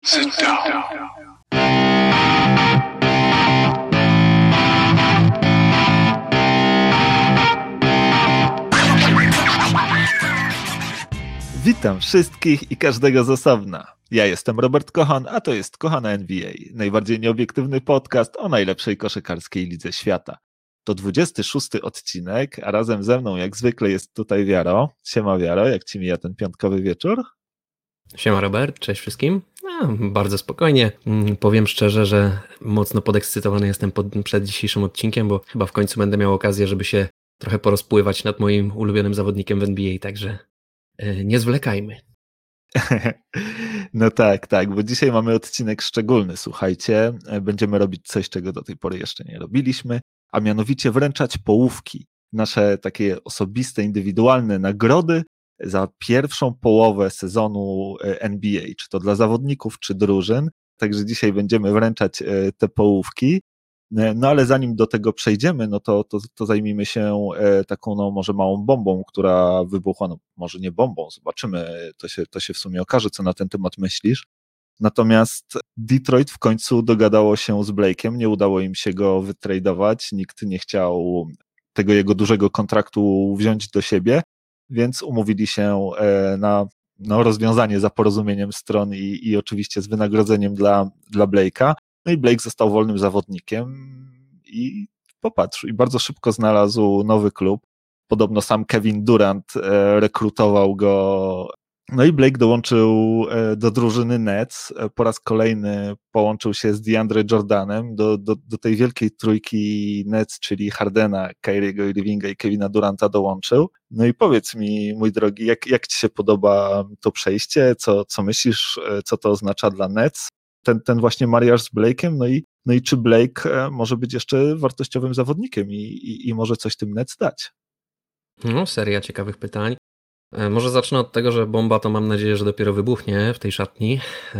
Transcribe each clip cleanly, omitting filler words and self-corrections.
Sit down. Witam wszystkich i każdego z osobna. Ja jestem Robert Kochan, a to jest Kochana NBA, najbardziej nieobiektywny podcast o najlepszej koszykarskiej lidze świata. To 26. odcinek, a razem ze mną jak zwykle jest tutaj Wiaro. Siema Wiaro, jak ci mija ten piątkowy wieczór? Siema Robert, cześć wszystkim. Bardzo spokojnie. Powiem szczerze, że mocno podekscytowany jestem przed dzisiejszym odcinkiem, bo chyba w końcu będę miał okazję, żeby się trochę porozpływać nad moim ulubionym zawodnikiem w NBA, także nie zwlekajmy. No tak, bo dzisiaj mamy odcinek szczególny, słuchajcie. Będziemy robić coś, czego do tej pory jeszcze nie robiliśmy, a mianowicie wręczać połówki, nasze takie osobiste, indywidualne nagrody za pierwszą połowę sezonu NBA, czy to dla zawodników, czy drużyn. Także dzisiaj będziemy wręczać te połówki. No ale zanim do tego przejdziemy, no to zajmijmy się taką no może małą bombą, która wybuchła, no może nie bombą, zobaczymy, to się w sumie okaże, co na ten temat myślisz. Natomiast Detroit w końcu dogadało się z Blake'em, nie udało im się go wytradować, nikt nie chciał tego jego dużego kontraktu wziąć do siebie, więc umówili się na rozwiązanie za porozumieniem stron i oczywiście z wynagrodzeniem dla Blake'a. No i Blake został wolnym zawodnikiem i popatrz, i bardzo szybko znalazł nowy klub. Podobno sam Kevin Durant rekrutował go. No i Blake dołączył do drużyny Nets. Po raz kolejny połączył się z DeAndre Jordanem do tej wielkiej trójki Nets, czyli Hardena, Kyriego Irvinga i Kevina Duranta dołączył. No i powiedz mi, mój drogi, jak ci się podoba to przejście? Co myślisz, co to oznacza dla Nets? Ten właśnie mariaż z Blake'em, no i czy Blake może być jeszcze wartościowym zawodnikiem i może coś tym Nets dać? No, seria ciekawych pytań. Może zacznę od tego, że bomba to mam nadzieję, że dopiero wybuchnie w tej szatni.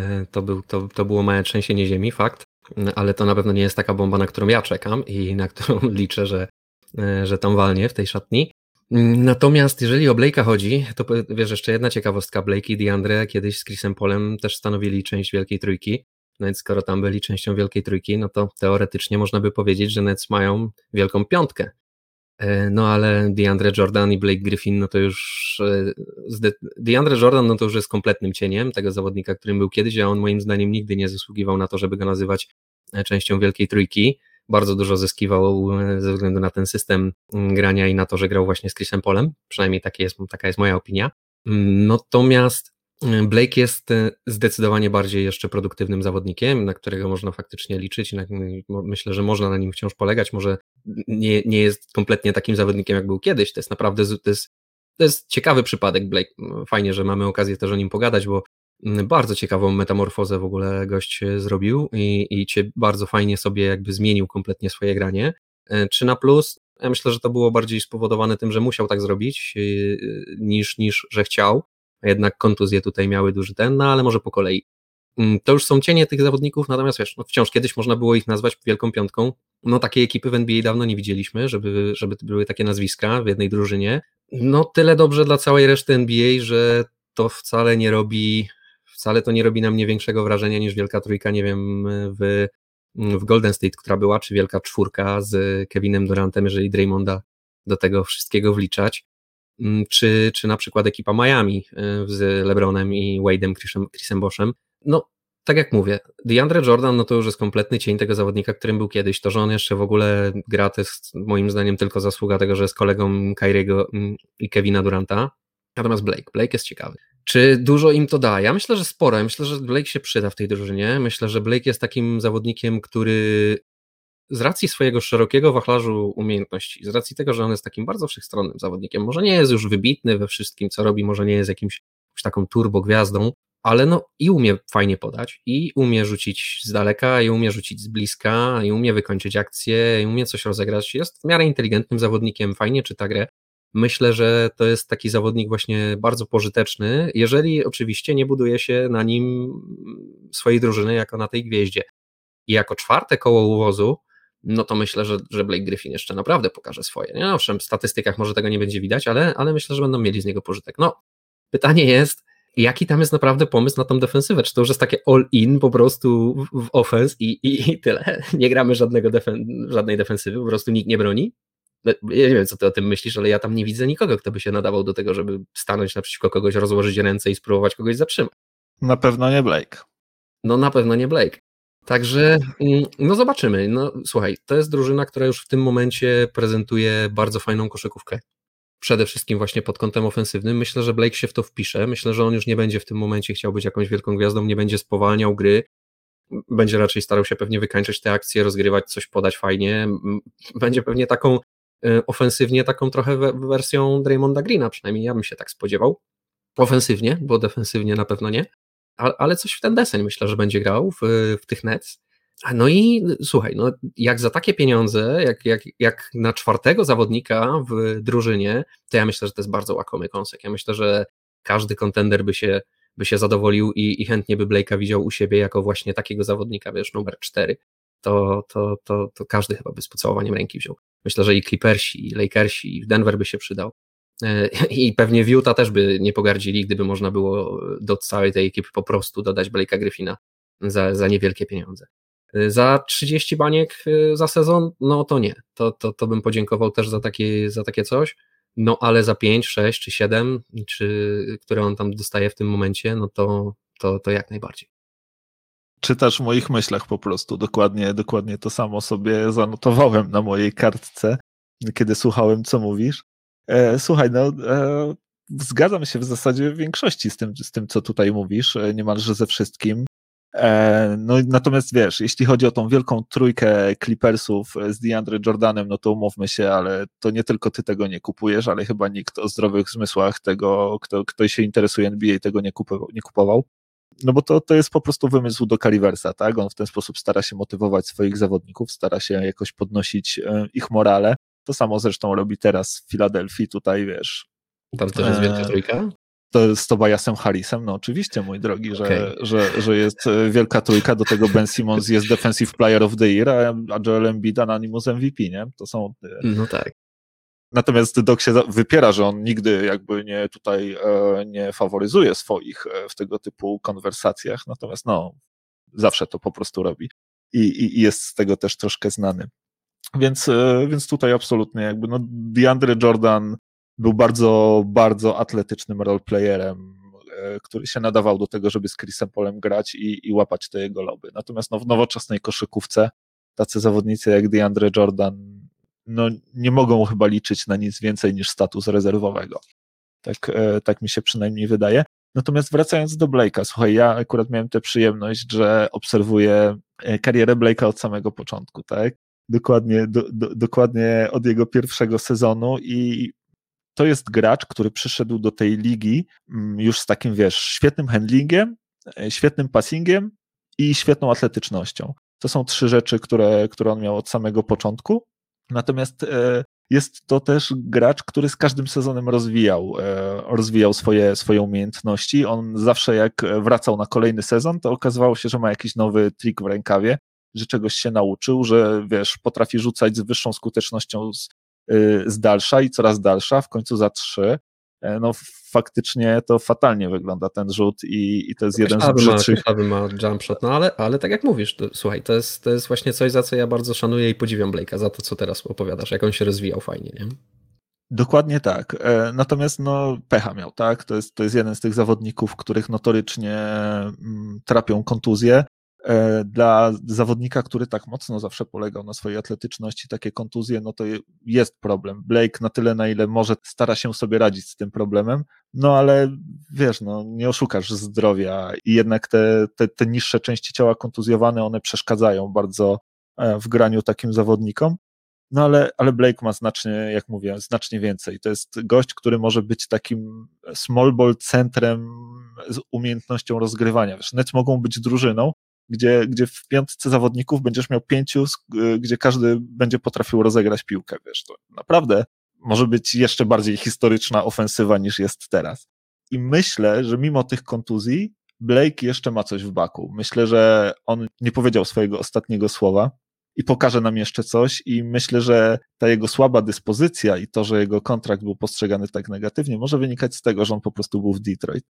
To było małe trzęsienie ziemi, fakt, ale to na pewno nie jest taka bomba, na którą ja czekam i na którą liczę, że tam walnie w tej szatni. Natomiast jeżeli o Blake'a chodzi, to wiesz, jeszcze jedna ciekawostka, Blake i DeAndre kiedyś z Chrisem Paulem też stanowili część Wielkiej Trójki, no więc skoro tam byli częścią Wielkiej Trójki, no to teoretycznie można by powiedzieć, że Nets mają Wielką Piątkę. No ale DeAndre Jordan i Blake Griffin, no to już DeAndre Jordan, no to już jest kompletnym cieniem tego zawodnika, którym był kiedyś, a on moim zdaniem nigdy nie zasługiwał na to, żeby go nazywać częścią Wielkiej Trójki. Bardzo dużo zyskiwał ze względu na ten system grania i na to, że grał właśnie z Chrisem Paulem, przynajmniej taka jest moja opinia. Natomiast Blake jest zdecydowanie bardziej jeszcze produktywnym zawodnikiem, na którego można faktycznie liczyć. Myślę, że można na nim wciąż polegać. Może nie jest kompletnie takim zawodnikiem, jak był kiedyś. To jest naprawdę to jest ciekawy przypadek Blake. Fajnie, że mamy okazję też o nim pogadać, bo bardzo ciekawą metamorfozę w ogóle gość zrobił i bardzo fajnie sobie jakby zmienił kompletnie swoje granie. 3+, ja myślę, że to było bardziej spowodowane tym, że musiał tak zrobić, niż że chciał. Jednak kontuzje tutaj miały duży no ale może po kolei. To już są cienie tych zawodników, natomiast wiesz, no wciąż kiedyś można było ich nazwać Wielką Piątką. No takiej ekipy w NBA dawno nie widzieliśmy, żeby były takie nazwiska w jednej drużynie. No tyle dobrze dla całej reszty NBA, że to wcale to nie robi na mnie większego wrażenia niż Wielka Trójka, nie wiem, w Golden State, która była, czy Wielka Czwórka z Kevinem Durantem, jeżeli Draymonda do tego wszystkiego wliczać. Czy na przykład ekipa Miami z LeBronem i Wade'em, Chrisem Boszem. No, tak jak mówię, DeAndre Jordan, no to już jest kompletny cień tego zawodnika, którym był kiedyś. To, że on jeszcze w ogóle gra, to jest moim zdaniem tylko zasługa tego, że jest kolegą Kyriego i Kevina Duranta. Natomiast Blake jest ciekawy. Czy dużo im to da? Ja myślę, że sporo. Ja myślę, że Blake się przyda w tej drużynie. Myślę, że Blake jest takim zawodnikiem, który z racji swojego szerokiego wachlarzu umiejętności, z racji tego, że on jest takim bardzo wszechstronnym zawodnikiem, może nie jest już wybitny we wszystkim, co robi, może nie jest jakimś taką turbo gwiazdą, ale no i umie fajnie podać, i umie rzucić z daleka, i umie rzucić z bliska, i umie wykończyć akcję, i umie coś rozegrać, jest w miarę inteligentnym zawodnikiem, fajnie czyta grę. Myślę, że to jest taki zawodnik właśnie bardzo pożyteczny, jeżeli oczywiście nie buduje się na nim swojej drużyny jako na tej gwieździe. I jako czwarte koło uwozu, no to myślę, że Blake Griffin jeszcze naprawdę pokaże swoje. Nie? Owszem, w statystykach może tego nie będzie widać, ale myślę, że będą mieli z niego pożytek. No, pytanie jest, jaki tam jest naprawdę pomysł na tą defensywę? Czy to już jest takie all-in po prostu w offense i tyle? Nie gramy żadnej defensywy, po prostu nikt nie broni? Ja nie wiem, co ty o tym myślisz, ale ja tam nie widzę nikogo, kto by się nadawał do tego, żeby stanąć naprzeciwko kogoś, rozłożyć ręce i spróbować kogoś zatrzymać. Na pewno nie Blake. No na pewno nie Blake. Także no zobaczymy. No słuchaj, to jest drużyna, która już w tym momencie prezentuje bardzo fajną koszykówkę. Przede wszystkim właśnie pod kątem ofensywnym. Myślę, że Blake się w to wpisze. Myślę, że on już nie będzie w tym momencie chciał być jakąś wielką gwiazdą, nie będzie spowalniał gry. Będzie raczej starał się pewnie wykańczać te akcje, rozgrywać, coś podać fajnie. Będzie pewnie taką ofensywnie, taką trochę wersją Draymonda Greena, przynajmniej ja bym się tak spodziewał. Ofensywnie, bo defensywnie na pewno nie. Ale coś w ten deseń myślę, że będzie grał w tych Nets. No i słuchaj, no jak za takie pieniądze, jak na czwartego zawodnika w drużynie, to ja myślę, że to jest bardzo łakomy kąsek. Ja myślę, że każdy kontender by się zadowolił i chętnie by Blake'a widział u siebie jako właśnie takiego zawodnika, wiesz, numer 4. To każdy chyba by z pocałowaniem ręki wziął. Myślę, że i Clippersi, i Lakersi, i w Denver by się przydał. I pewnie w Utah też by nie pogardzili, gdyby można było do całej tej ekipy po prostu dodać Blake'a Griffina za niewielkie pieniądze. Za 30 baniek za sezon, no to nie. To bym podziękował też za takie coś. No ale za 5, 6 czy 7, które on tam dostaje w tym momencie, no to jak najbardziej. Czytasz w moich myślach po prostu. Dokładnie to samo sobie zanotowałem na mojej kartce, kiedy słuchałem, co mówisz. Słuchaj, zgadzam się w zasadzie w większości z tym, co tutaj mówisz, niemalże ze wszystkim. No natomiast wiesz, jeśli chodzi o tą wielką trójkę Clippersów z DeAndre Jordanem, no to umówmy się, ale to nie tylko ty tego nie kupujesz, ale chyba nikt o zdrowych zmysłach tego, kto się interesuje NBA, tego nie kupował. No bo to jest po prostu wymysł do Riversa, tak? On w ten sposób stara się motywować swoich zawodników, stara się jakoś podnosić ich morale. To samo zresztą robi teraz w Filadelfii, tutaj wiesz. Tam też jest wielka trójka? To z Tobiasem Harrisem, no oczywiście, mój drogi, Okay. że jest wielka trójka, do tego Ben Simmons jest Defensive Player of the Year, a Joel Embiid Anonymous MVP, nie? To są... No tak. Natomiast Doc się wypiera, że on nigdy jakby nie faworyzuje swoich w tego typu konwersacjach, natomiast no, zawsze to po prostu robi i jest z tego też troszkę znany. Więc tutaj absolutnie jakby no DeAndre Jordan był bardzo, bardzo atletycznym roleplayerem, który się nadawał do tego, żeby z Chrisem Paulem grać i łapać te jego loby. Natomiast no, w nowoczesnej koszykówce tacy zawodnicy jak DeAndre Jordan no, nie mogą chyba liczyć na nic więcej niż status rezerwowego. Tak mi się przynajmniej wydaje. Natomiast wracając do Blake'a, słuchaj, ja akurat miałem tę przyjemność, że obserwuję karierę Blake'a od samego początku, tak? Dokładnie od jego pierwszego sezonu i to jest gracz, który przyszedł do tej ligi już z takim, wiesz, świetnym handlingiem, świetnym passingiem i świetną atletycznością. To są 3 rzeczy, które on miał od samego początku. Natomiast jest to też gracz, który z każdym sezonem rozwijał swoje umiejętności. On zawsze jak wracał na kolejny sezon, to okazywało się, że ma jakiś nowy trik w rękawie, że czegoś się nauczył, że wiesz, potrafi rzucać z wyższą skutecznością z dalsza i coraz dalsza, w końcu za 3. No faktycznie to fatalnie wygląda ten rzut i to jest jeden z brzydszych. Każdy ma jump shot, no ale tak jak mówisz, słuchaj, to jest właśnie coś, za co ja bardzo szanuję i podziwiam Blake'a, za to, co teraz opowiadasz, jak on się rozwijał fajnie, nie? Dokładnie tak. Natomiast no, pecha miał, tak? To jest jeden z tych zawodników, których notorycznie trapią kontuzje. Dla zawodnika, który tak mocno zawsze polegał na swojej atletyczności, takie kontuzje, no to jest problem. Blake na tyle, na ile może, stara się sobie radzić z tym problemem, no ale wiesz, no nie oszukasz zdrowia i jednak te niższe części ciała kontuzjowane, one przeszkadzają bardzo w graniu takim zawodnikom. No ale Blake ma jak mówię, znacznie więcej. To jest gość, który może być takim small ball centrem z umiejętnością rozgrywania. Wiesz, Nets mogą być drużyną, gdzie w 5 zawodników będziesz miał 5, gdzie każdy będzie potrafił rozegrać piłkę, wiesz, to naprawdę może być jeszcze bardziej historyczna ofensywa niż jest teraz. I myślę, że mimo tych kontuzji Blake jeszcze ma coś w baku. Myślę, że on nie powiedział swojego ostatniego słowa i pokaże nam jeszcze coś i myślę, że ta jego słaba dyspozycja i to, że jego kontrakt był postrzegany tak negatywnie, może wynikać z tego, że on po prostu był w Detroit.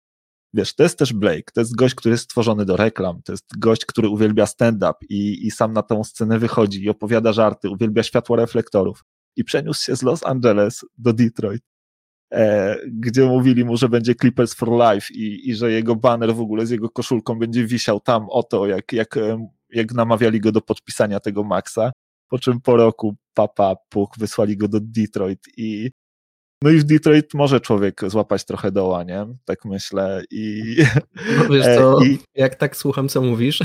wiesz, to jest też Blake, to jest gość, który jest stworzony do reklam, to jest gość, który uwielbia stand-up i sam na tą scenę wychodzi i opowiada żarty, uwielbia światło reflektorów i przeniósł się z Los Angeles do Detroit, gdzie mówili mu, że będzie Clippers for life i że jego baner w ogóle z jego koszulką będzie wisiał tam oto, jak namawiali go do podpisania tego Maxa, po czym po roku puk, wysłali go do Detroit no i w Detroit może człowiek złapać trochę doła, nie? Tak myślę. No wiesz co, jak tak słucham, co mówisz.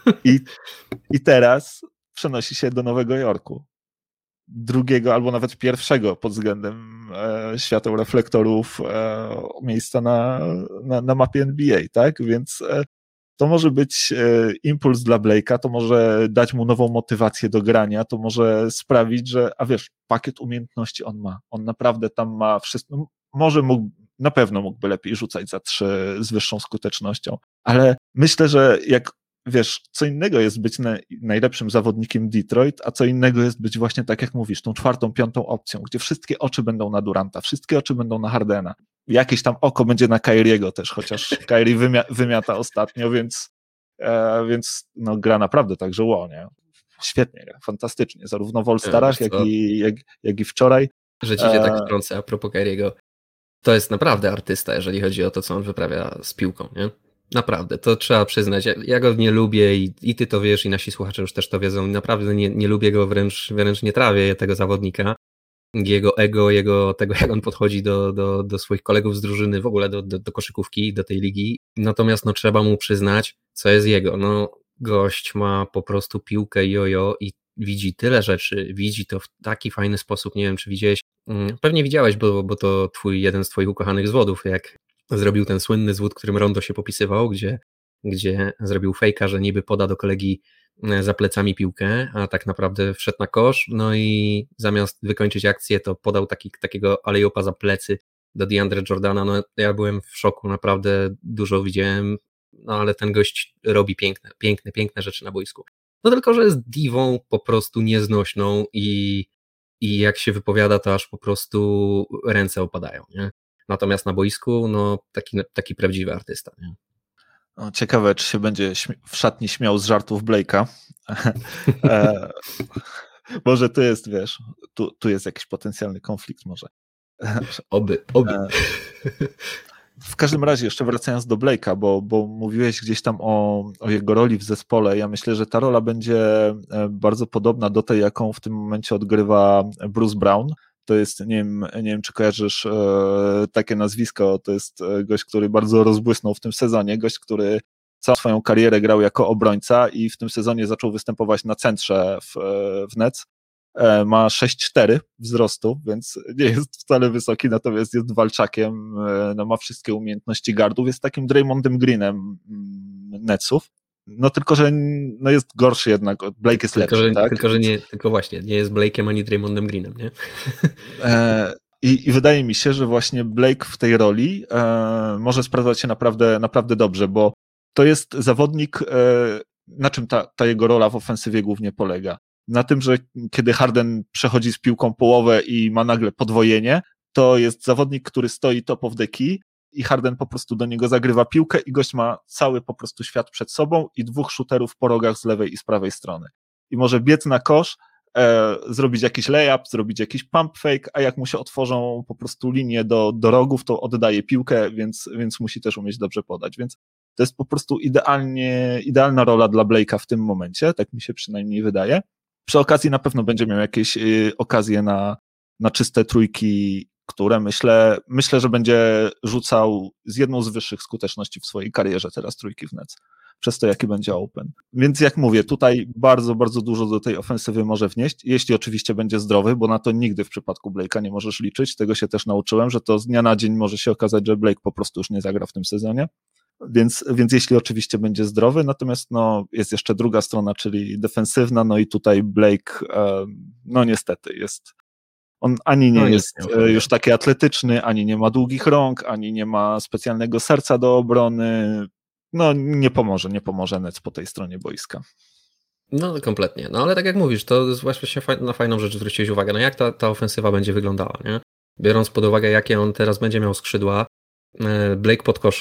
I teraz przenosi się do Nowego Jorku. Drugiego albo nawet pierwszego pod względem świateł reflektorów miejsca na mapie NBA, tak? Więc to może być impuls dla Blake'a, to może dać mu nową motywację do grania, to może sprawić, że, a wiesz, pakiet umiejętności on ma. On naprawdę tam ma wszystko. Na pewno mógłby lepiej rzucać za 3 z wyższą skutecznością, ale myślę, że jak wiesz, co innego jest być najlepszym zawodnikiem Detroit, a co innego jest być właśnie tak jak mówisz, tą 4., 5. opcją, gdzie wszystkie oczy będą na Duranta, wszystkie oczy będą na Hardena. Jakieś tam oko będzie na Kyriego też, chociaż Kyrie wymiata ostatnio, więc no, gra naprawdę tak, że nie? Świetnie gra, fantastycznie, zarówno w All-Starach, jak i wczoraj. Że ci się tak wtrącę a propos Kyriego. To jest naprawdę artysta, jeżeli chodzi o to, co on wyprawia z piłką, nie? Naprawdę, to trzeba przyznać. Ja go nie lubię i ty to wiesz, i nasi słuchacze już też to wiedzą. Naprawdę nie lubię go, wręcz nie trawię tego zawodnika. Jego ego, tego jak on podchodzi do swoich kolegów z drużyny, w ogóle do koszykówki, do tej ligi. Natomiast no, trzeba mu przyznać, co jest jego. No, gość ma po prostu piłkę jojo i widzi tyle rzeczy, widzi to w taki fajny sposób. Nie wiem, czy widziałeś, pewnie widziałeś, bo to jeden z twoich ukochanych zwodów, jak zrobił ten słynny zwód, którym Rondo się popisywał, gdzie zrobił fejka, że niby poda do kolegi za plecami piłkę, a tak naprawdę wszedł na kosz, no i zamiast wykończyć akcję, to podał takiego alley-oopa za plecy do DeAndre Jordana. No ja byłem w szoku, naprawdę dużo widziałem, no ale ten gość robi piękne rzeczy na boisku. No tylko, że jest diwą po prostu nieznośną i jak się wypowiada, to aż po prostu ręce opadają, nie? Natomiast na boisku, no taki prawdziwy artysta, nie? Ciekawe, czy się będzie w szatni śmiał z żartów Blake'a. Może tu jest, wiesz, tu jest jakiś potencjalny konflikt może. Oby. W każdym razie, jeszcze wracając do Blake'a, bo mówiłeś gdzieś tam o jego roli w zespole, ja myślę, że ta rola będzie bardzo podobna do tej, jaką w tym momencie odgrywa Bruce Brown. To jest, nie wiem, czy kojarzysz takie nazwisko, to jest gość, który bardzo rozbłysnął w tym sezonie, gość, który całą swoją karierę grał jako obrońca i w tym sezonie zaczął występować na centrze w Nets. Ma 6'4 wzrostu, więc nie jest wcale wysoki, natomiast jest walczakiem, no ma wszystkie umiejętności guardów, jest takim Draymondem Greenem Netsów. No tylko, że no jest gorszy jednak, Blake jest lepszy, tak? Tylko właśnie, nie jest Blake'em ani Draymondem Greenem, nie? I wydaje mi się, że właśnie Blake w tej roli może sprawdzać się naprawdę dobrze, bo to jest zawodnik, na czym ta jego rola w ofensywie głównie polega? Na tym, że kiedy Harden przechodzi z piłką połowę i ma nagle podwojenie, to jest zawodnik, który stoi top of the key i Harden po prostu do niego zagrywa piłkę i gość ma cały po prostu świat przed sobą i 2 shooterów po rogach z lewej i z prawej strony. I może biec na kosz, zrobić jakiś layup, zrobić jakiś pump fake, a jak mu się otworzą po prostu linie do rogów, to oddaje piłkę, więc musi też umieć dobrze podać. Więc to jest po prostu idealna rola dla Blake'a w tym momencie, tak mi się przynajmniej wydaje. Przy okazji na pewno będzie miał jakieś okazje na czyste trójki, które myślę, że będzie rzucał z jedną z wyższych skuteczności w swojej karierze teraz trójki w Nets, przez to jaki będzie open. Więc jak mówię, tutaj bardzo, bardzo dużo do tej ofensywy może wnieść, jeśli oczywiście będzie zdrowy, bo na to nigdy w przypadku Blake'a nie możesz liczyć, tego się też nauczyłem, że to z dnia na dzień może się okazać, że Blake po prostu już nie zagra w tym sezonie. Więc jeśli oczywiście będzie zdrowy, natomiast no, jest jeszcze druga strona, czyli defensywna, no i tutaj Blake, no niestety on ani nie jest już taki atletyczny, ani nie ma długich rąk, ani nie ma specjalnego serca do obrony, no nie pomoże Nets po tej stronie boiska. No kompletnie, no ale tak jak mówisz, to jest właśnie na fajną rzecz zwróciłeś uwagę, no jak ta ofensywa będzie wyglądała, nie? Biorąc pod uwagę, jakie on teraz będzie miał skrzydła, Blake pod koszem,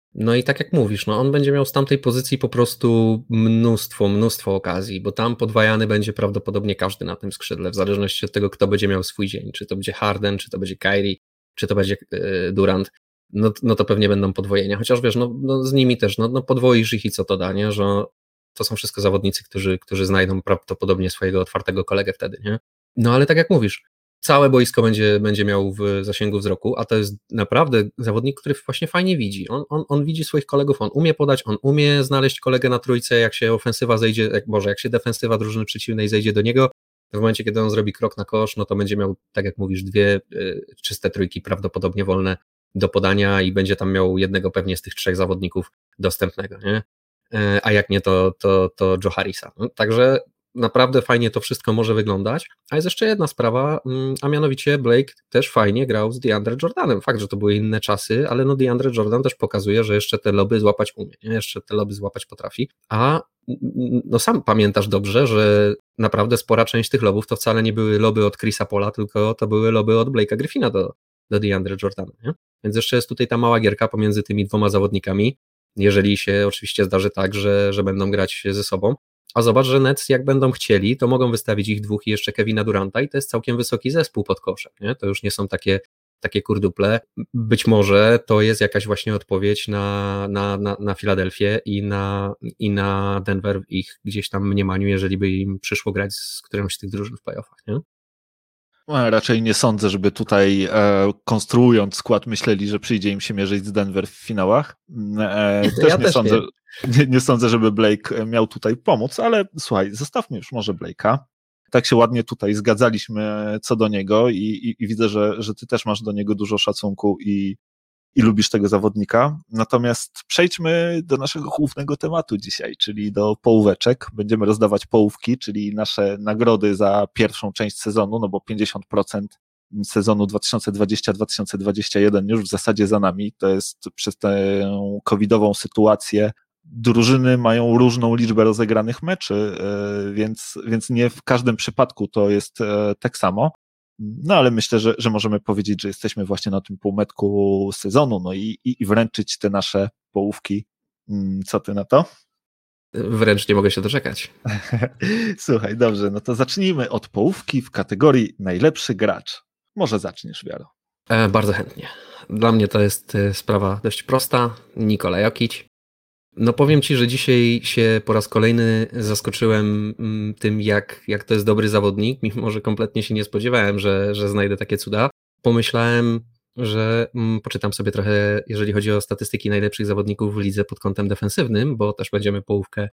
No i tak jak mówisz, no on będzie miał z tamtej pozycji po prostu mnóstwo okazji, bo tam podwajany będzie prawdopodobnie każdy na tym skrzydle, w zależności od tego, kto będzie miał swój dzień, czy to będzie Harden, czy to będzie Kyrie, czy to będzie Durant, no to pewnie będą podwojenia, chociaż wiesz, no z nimi też, no podwoisz ich i co to da, nie, że to są wszystko zawodnicy, którzy znajdą prawdopodobnie swojego otwartego kolegę wtedy, nie? No ale tak jak mówisz, całe boisko będzie miał w zasięgu wzroku, a to jest naprawdę zawodnik, który właśnie fajnie widzi. On widzi swoich kolegów, on umie podać, on umie znaleźć kolegę na trójce, jak się ofensywa zejdzie, jak się defensywa drużyny przeciwnej zejdzie do niego, w momencie, kiedy on zrobi krok na kosz, no to będzie miał, tak jak mówisz, 2 czyste trójki prawdopodobnie wolne do podania i będzie tam miał jednego pewnie z tych 3 zawodników dostępnego, nie? A jak nie, to Joe Harrisa. No, także naprawdę fajnie to wszystko może wyglądać. A jest jeszcze jedna sprawa, a mianowicie Blake też fajnie grał z DeAndre Jordanem. Fakt, że to były inne czasy, ale no DeAndre Jordan też pokazuje, że jeszcze te loby złapać umie, nie? Jeszcze te loby złapać potrafi. A no sam pamiętasz dobrze, że naprawdę spora część tych lobów to wcale nie były loby od Chrisa Paula, tylko to były loby od Blake'a Griffina do DeAndre Jordana, nie? Więc jeszcze jest tutaj ta mała gierka pomiędzy tymi 2 zawodnikami, jeżeli się oczywiście zdarzy tak, że będą grać ze sobą. A zobacz, że Nets jak będą chcieli, to mogą wystawić ich 2 i jeszcze Kevina Duranta i to jest całkiem wysoki zespół pod koszem, nie? To już nie są takie kurduple. Być może to jest jakaś właśnie odpowiedź na Filadelfię i na Denver w ich gdzieś tam mniemaniu, jeżeli by im przyszło grać z którąś z tych drużyn w playoffach, nie? Raczej nie sądzę, żeby tutaj konstruując skład myśleli, że przyjdzie im się mierzyć z Denver w finałach. Nie sądzę, żeby Blake miał tutaj pomóc, ale słuchaj, zostawmy już może Blake'a. Tak się ładnie tutaj zgadzaliśmy co do niego i widzę, że ty też masz do niego dużo szacunku i lubisz tego zawodnika. Natomiast przejdźmy do naszego głównego tematu dzisiaj, czyli do połóweczek. Będziemy rozdawać połówki, czyli nasze nagrody za pierwszą część sezonu, no bo 50% sezonu 2020-2021 już w zasadzie za nami. To jest przez tę covidową sytuację. Drużyny mają różną liczbę rozegranych meczy, więc nie w każdym przypadku to jest tak samo. No ale myślę, że możemy powiedzieć, że jesteśmy właśnie na tym półmetku sezonu, no i wręczyć te nasze połówki. Co ty na to? Wręcz nie mogę się doczekać. Słuchaj, dobrze, no to zacznijmy od połówki w kategorii najlepszy gracz. Może zaczniesz, Wiaro. Bardzo chętnie. Dla mnie to jest sprawa dość prosta. Nikola Jokic. No powiem Ci, że dzisiaj się po raz kolejny zaskoczyłem tym, jak to jest dobry zawodnik, mimo że kompletnie się nie spodziewałem, że znajdę takie cuda. Pomyślałem, że poczytam sobie trochę, jeżeli chodzi o statystyki najlepszych zawodników w lidze pod kątem defensywnym, bo też będziemy połówkę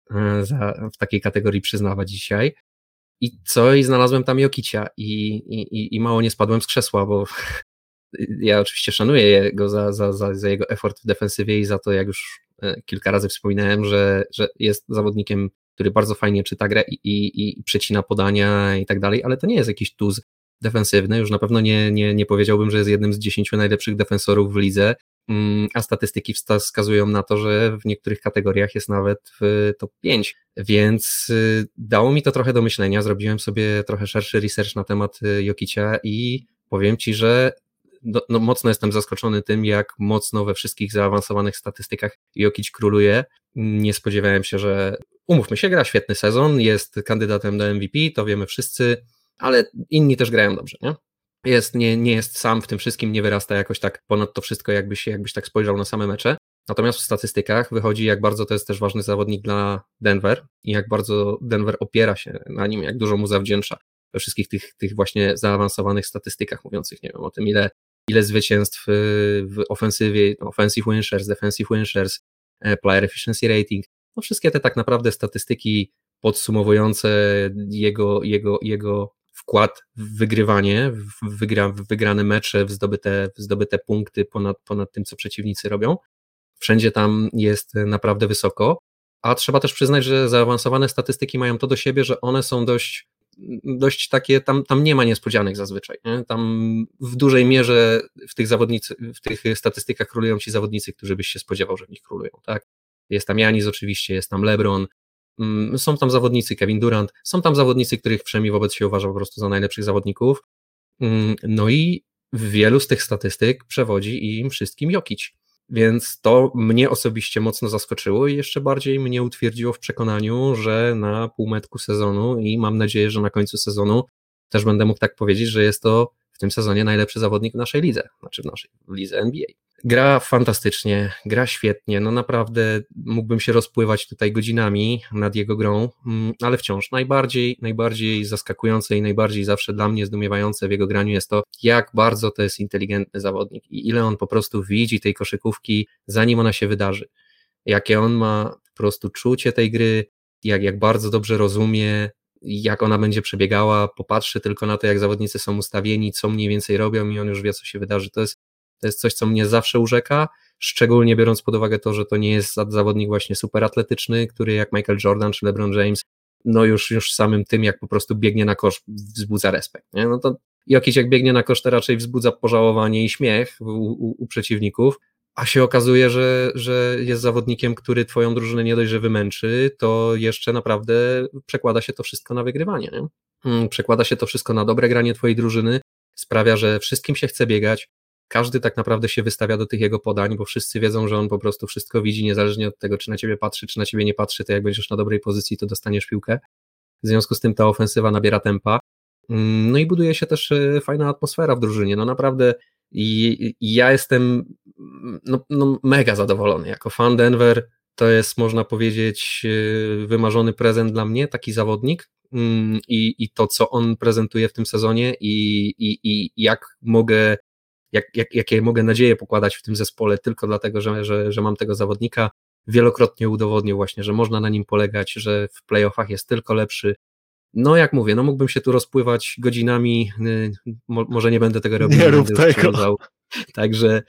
w takiej kategorii przyznawać dzisiaj. I znalazłem tam Jokicia i mało nie spadłem z krzesła, bo ja oczywiście szanuję jego za jego effort w defensywie i za to, jak już kilka razy wspominałem, że jest zawodnikiem, który bardzo fajnie czyta grę i przecina podania i tak dalej, ale to nie jest jakiś tuz defensywny, już na pewno nie powiedziałbym, że jest jednym z 10 najlepszych defensorów w lidze, a statystyki wskazują na to, że w niektórych kategoriach jest nawet w top 5, więc dało mi to trochę do myślenia, zrobiłem sobie trochę szerszy research na temat Jokicia i powiem Ci, że no mocno jestem zaskoczony tym, jak mocno we wszystkich zaawansowanych statystykach Jokic króluje. Nie spodziewałem się, że umówmy się, gra świetny sezon, jest kandydatem do MVP, to wiemy wszyscy, ale inni też grają dobrze, nie? Nie jest sam w tym wszystkim, nie wyrasta jakoś tak ponad to wszystko, jakbyś tak spojrzał na same mecze. Natomiast w statystykach wychodzi, jak bardzo to jest też ważny zawodnik dla Denver i jak bardzo Denver opiera się na nim, jak dużo mu zawdzięcza we wszystkich tych właśnie zaawansowanych statystykach mówiących, nie wiem, o tym, ile zwycięstw w ofensywie, offensive win shares, defensive win shares, player efficiency rating, no wszystkie te tak naprawdę statystyki podsumowujące jego wkład w wygrywanie, w wygrane mecze, w zdobyte punkty ponad tym, co przeciwnicy robią. Wszędzie tam jest naprawdę wysoko, a trzeba też przyznać, że zaawansowane statystyki mają to do siebie, że one są dość takie, tam nie ma niespodzianek zazwyczaj, nie? Tam w dużej mierze w tych statystykach królują ci zawodnicy, którzy byś się spodziewał, że w nich królują, tak? Jest tam Giannis oczywiście, jest tam LeBron, są tam zawodnicy Kevin Durant, są tam zawodnicy, których przynajmniej wobec się uważa po prostu za najlepszych zawodników, no i w wielu z tych statystyk przewodzi im wszystkim Jokic, Więc to mnie osobiście mocno zaskoczyło i jeszcze bardziej mnie utwierdziło w przekonaniu, że na półmetku sezonu i mam nadzieję, że na końcu sezonu też będę mógł tak powiedzieć, że jest to w tym sezonie najlepszy zawodnik w naszej lidze, znaczy w naszej lidze NBA. Gra fantastycznie, gra świetnie, no naprawdę mógłbym się rozpływać tutaj godzinami nad jego grą, ale wciąż najbardziej zaskakujące i najbardziej zawsze dla mnie zdumiewające w jego graniu jest to, jak bardzo to jest inteligentny zawodnik i ile on po prostu widzi tej koszykówki, zanim ona się wydarzy. Jakie on ma po prostu czucie tej gry, jak bardzo dobrze rozumie, jak ona będzie przebiegała, popatrzy tylko na to, jak zawodnicy są ustawieni, co mniej więcej robią i on już wie, co się wydarzy. To jest coś, co mnie zawsze urzeka, szczególnie biorąc pod uwagę to, że to nie jest zawodnik właśnie super atletyczny, który jak Michael Jordan czy LeBron James, no już samym tym, jak po prostu biegnie na kosz, wzbudza respekt. Nie? No to Jokic jak biegnie na kosz, to raczej wzbudza pożałowanie i śmiech u przeciwników, a się okazuje, że jest zawodnikiem, który twoją drużynę nie dość, że wymęczy, to jeszcze naprawdę przekłada się to wszystko na wygrywanie. Nie? Przekłada się to wszystko na dobre granie twojej drużyny, sprawia, że wszystkim się chce biegać, każdy tak naprawdę się wystawia do tych jego podań, bo wszyscy wiedzą, że on po prostu wszystko widzi, niezależnie od tego, czy na ciebie patrzy, czy na ciebie nie patrzy, to jak będziesz na dobrej pozycji, to dostaniesz piłkę. W związku z tym ta ofensywa nabiera tempa. No i buduje się też fajna atmosfera w drużynie. No naprawdę ja jestem mega zadowolony. Jako fan Denver to jest, można powiedzieć, wymarzony prezent dla mnie, taki zawodnik i to, co on prezentuje w tym sezonie i jakie mogę nadzieje pokładać w tym zespole tylko dlatego, że mam tego zawodnika, wielokrotnie udowodnił właśnie, że można na nim polegać, że w playoffach jest tylko lepszy. No jak mówię, no mógłbym się tu rozpływać godzinami, może nie będę tego robił. Nie rób tego. Także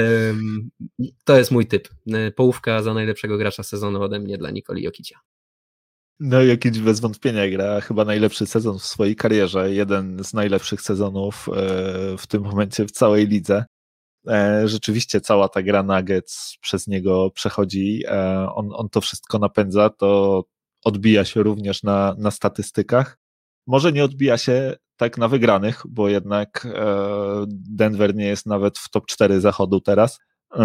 to jest mój typ. Połówka za najlepszego gracza sezonu ode mnie dla Nikoli Jokicia. No Jokic bez wątpienia gra chyba najlepszy sezon w swojej karierze, jeden z najlepszych sezonów w tym momencie w całej lidze. Rzeczywiście cała ta gra Nuggets przez niego przechodzi, on to wszystko napędza, to odbija się również na statystykach. Może nie odbija się tak na wygranych, bo jednak Denver nie jest nawet w top 4 zachodu teraz,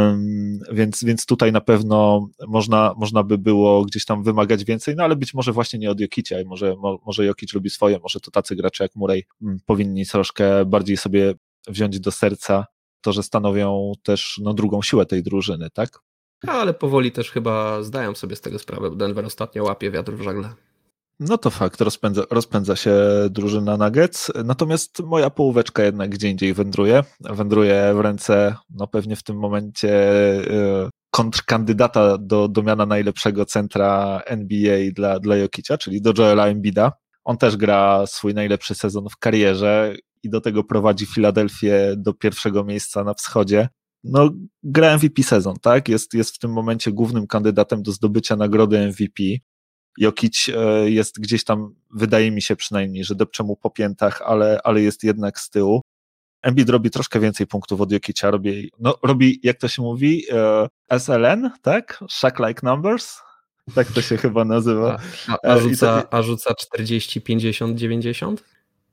więc tutaj na pewno można by było gdzieś tam wymagać więcej, no ale być może właśnie nie od Jokicia i może Jokic lubi swoje, może to tacy gracze jak Murray powinni troszkę bardziej sobie wziąć do serca to, że stanowią też drugą siłę tej drużyny, tak? Ale powoli też chyba zdają sobie z tego sprawę, bo Denver ostatnio łapie wiatr w żagle. No to fakt, rozpędza się drużyna Nuggets, natomiast moja połóweczka jednak gdzie indziej wędruje w ręce, no pewnie w tym momencie kontrkandydata do miana najlepszego centra NBA dla Jokicia, czyli do Joela Embida. On też gra swój najlepszy sezon w karierze i do tego prowadzi Filadelfię do pierwszego miejsca na wschodzie. No, gra MVP sezon, tak? Jest w tym momencie głównym kandydatem do zdobycia nagrody MVP. Jokic jest gdzieś tam, wydaje mi się przynajmniej, że depcze mu po piętach, ale jest jednak z tyłu. Embiid robi troszkę więcej punktów od Jokicia, robi, jak to się mówi, SLN, tak? Shaq-like numbers? Tak to się chyba nazywa. A rzuca 40, 50, 90?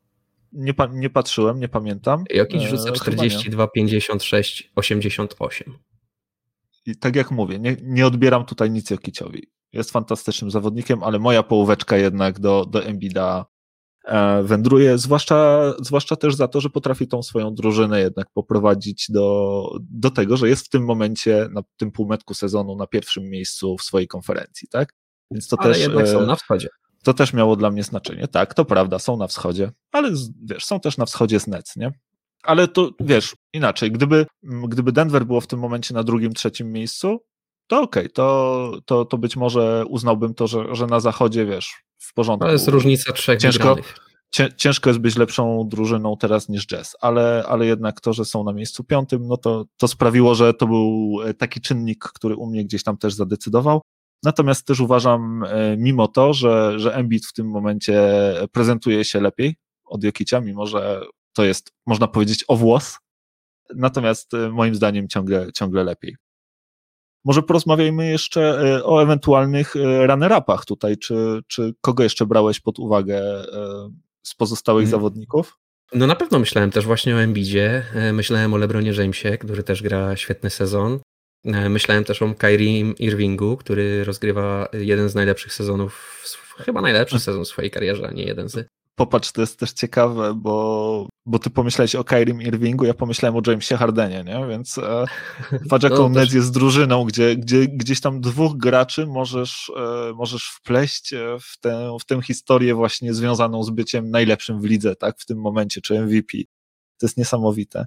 Nie patrzyłem, nie pamiętam. Jokic rzuca 42, 56, 88. I tak jak mówię, nie odbieram tutaj nic Jokiciowi. Jest fantastycznym zawodnikiem, ale moja połóweczka jednak do Embida wędruje, zwłaszcza też za to, że potrafi tą swoją drużynę jednak poprowadzić do tego, że jest w tym momencie, na tym półmetku sezonu na pierwszym miejscu w swojej konferencji, tak? Więc to ale też, jednak są na wschodzie. To też miało dla mnie znaczenie. Tak, to prawda, są na wschodzie, ale wiesz, są też na wschodzie z Nets, nie? Ale to, wiesz, inaczej, gdyby Denver było w tym momencie na drugim, trzecim miejscu, to okej, to być może uznałbym to, że na zachodzie, wiesz, w porządku. To jest różnica 3 wygranych. Ciężko jest być lepszą drużyną teraz niż Jazz, ale jednak to, że są na miejscu piątym, no to sprawiło, że to był taki czynnik, który u mnie gdzieś tam też zadecydował. Natomiast też uważam, mimo to, że Embiid w tym momencie prezentuje się lepiej od Jokicia, mimo że to jest, można powiedzieć, o włos, natomiast moim zdaniem ciągle lepiej. Może porozmawiajmy jeszcze o ewentualnych runner-upach tutaj, czy kogo jeszcze brałeś pod uwagę z pozostałych zawodników? No na pewno myślałem też właśnie o Embiidzie, myślałem o LeBronie Jamesie, który też gra świetny sezon. Myślałem też o Kyrie Irvingu, który rozgrywa jeden z najlepszych sezonów, chyba najlepszy sezon w swojej karierze, a nie jeden z. Popatrz, to jest też ciekawe, bo ty pomyślałeś o Kyrie Irvingu, ja pomyślałem o Jamesie Hardenie, nie? Więc patrz, jaką Nets jest drużyną, gdzie gdzieś tam dwóch graczy możesz wpleść w tę historię właśnie związaną z byciem najlepszym w lidze, tak? W tym momencie, czy MVP. To jest niesamowite.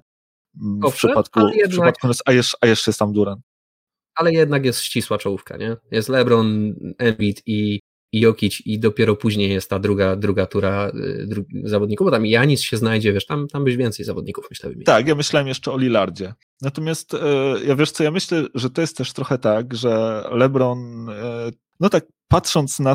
W przypadku Nets, a jeszcze jest tam Durant. Ale jednak jest ścisła czołówka, nie? Jest LeBron, Embiid i Jokic i dopiero później jest ta druga tura zawodników, bo tam Janis się znajdzie, wiesz, tam byś więcej zawodników, myślę, wymienić. Tak, ja myślałem jeszcze o Lillardzie. Natomiast ja wiesz co, ja myślę, że to jest też trochę tak, że LeBron, no tak patrząc na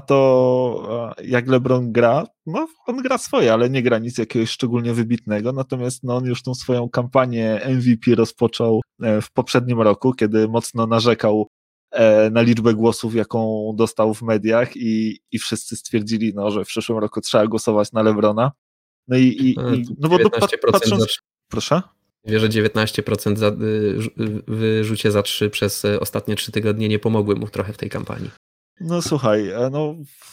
to, jak LeBron gra, no on gra swoje, ale nie gra nic jakiegoś szczególnie wybitnego, natomiast no, on już tą swoją kampanię MVP rozpoczął w poprzednim roku, kiedy mocno narzekał na liczbę głosów, jaką dostał w mediach i wszyscy stwierdzili, no, że w przyszłym roku trzeba głosować na LeBrona. No no bo patrząc... Proszę? Wie, że 19% wyrzucie za 3 przez ostatnie 3 tygodnie nie pomogły mu trochę w tej kampanii. No słuchaj, no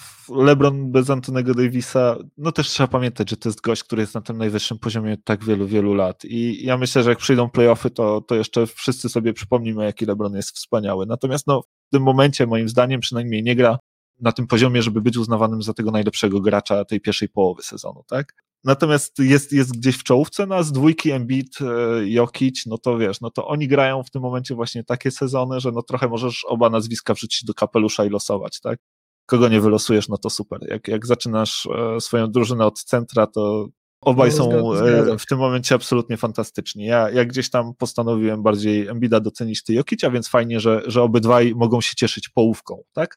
LeBron bez Antonego Davisa, no też trzeba pamiętać, że to jest gość, który jest na tym najwyższym poziomie od tak wielu lat i ja myślę, że jak przyjdą playoffy, to jeszcze wszyscy sobie przypomnimy, jaki LeBron jest wspaniały. Natomiast no w tym momencie moim zdaniem przynajmniej nie gra na tym poziomie, żeby być uznawanym za tego najlepszego gracza tej pierwszej połowy sezonu, tak? Natomiast jest gdzieś w czołówce, no a z dwójki Embiid, Jokic, no to wiesz, no to oni grają w tym momencie właśnie takie sezony, że no trochę możesz oba nazwiska wrzucić do kapelusza i losować, tak? Kogo nie wylosujesz, no to super. Jak zaczynasz swoją drużynę od centra, to obaj są w tym momencie absolutnie fantastyczni. Ja gdzieś tam postanowiłem bardziej Embida docenić ty Jokicia, więc fajnie, że obydwaj mogą się cieszyć połówką, tak?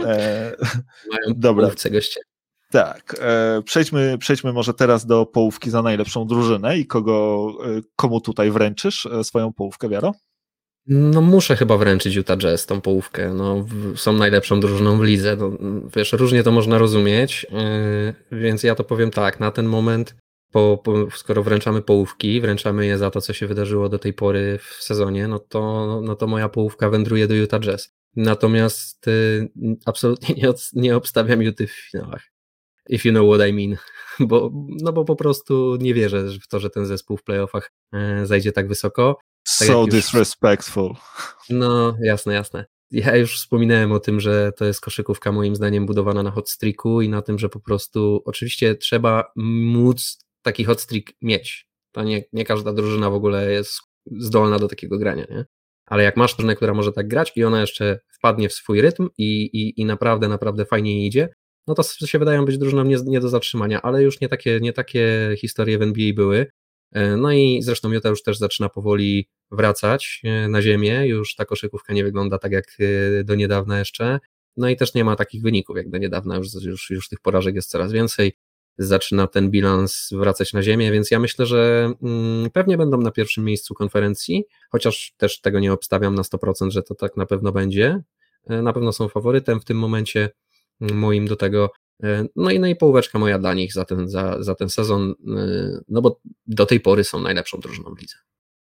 Mają dobra. połówce goście. Tak, przejdźmy może teraz do połówki za najlepszą drużynę i komu tutaj wręczysz swoją połówkę, Wiaro? No muszę chyba wręczyć Utah Jazz tą połówkę, no są najlepszą drużyną w lidze, no, wiesz, różnie to można rozumieć, więc ja to powiem tak, na ten moment, skoro wręczamy połówki, wręczamy je za to, co się wydarzyło do tej pory w sezonie, no to moja połówka wędruje do Utah Jazz. Natomiast absolutnie nie obstawiam Utah w finałach. If you know what I mean. Bo po prostu nie wierzę w to, że ten zespół w playoffach zajdzie tak wysoko. Tak so disrespectful. No, jasne. Ja już wspominałem o tym, że to jest koszykówka moim zdaniem budowana na hot streaku i na tym, że po prostu oczywiście trzeba móc taki hot streak mieć. To nie każda drużyna w ogóle jest zdolna do takiego grania, nie? Ale jak masz drużynę, która może tak grać i ona jeszcze wpadnie w swój rytm i naprawdę fajnie jej idzie, no to się wydają być drużyną nie do zatrzymania, ale już nie takie historie w NBA były. No i zresztą Utah już też zaczyna powoli wracać na ziemię, już ta koszykówka nie wygląda tak jak do niedawna jeszcze, no i też nie ma takich wyników jak do niedawna, już tych porażek jest coraz więcej, zaczyna ten bilans wracać na ziemię, więc ja myślę, że pewnie będą na pierwszym miejscu konferencji, chociaż też tego nie obstawiam na 100%, że to tak na pewno będzie, na pewno są faworytem w tym momencie moim do tego. No i połóweczka moja dla nich za ten sezon, no bo do tej pory są najlepszą drużyną w lidze.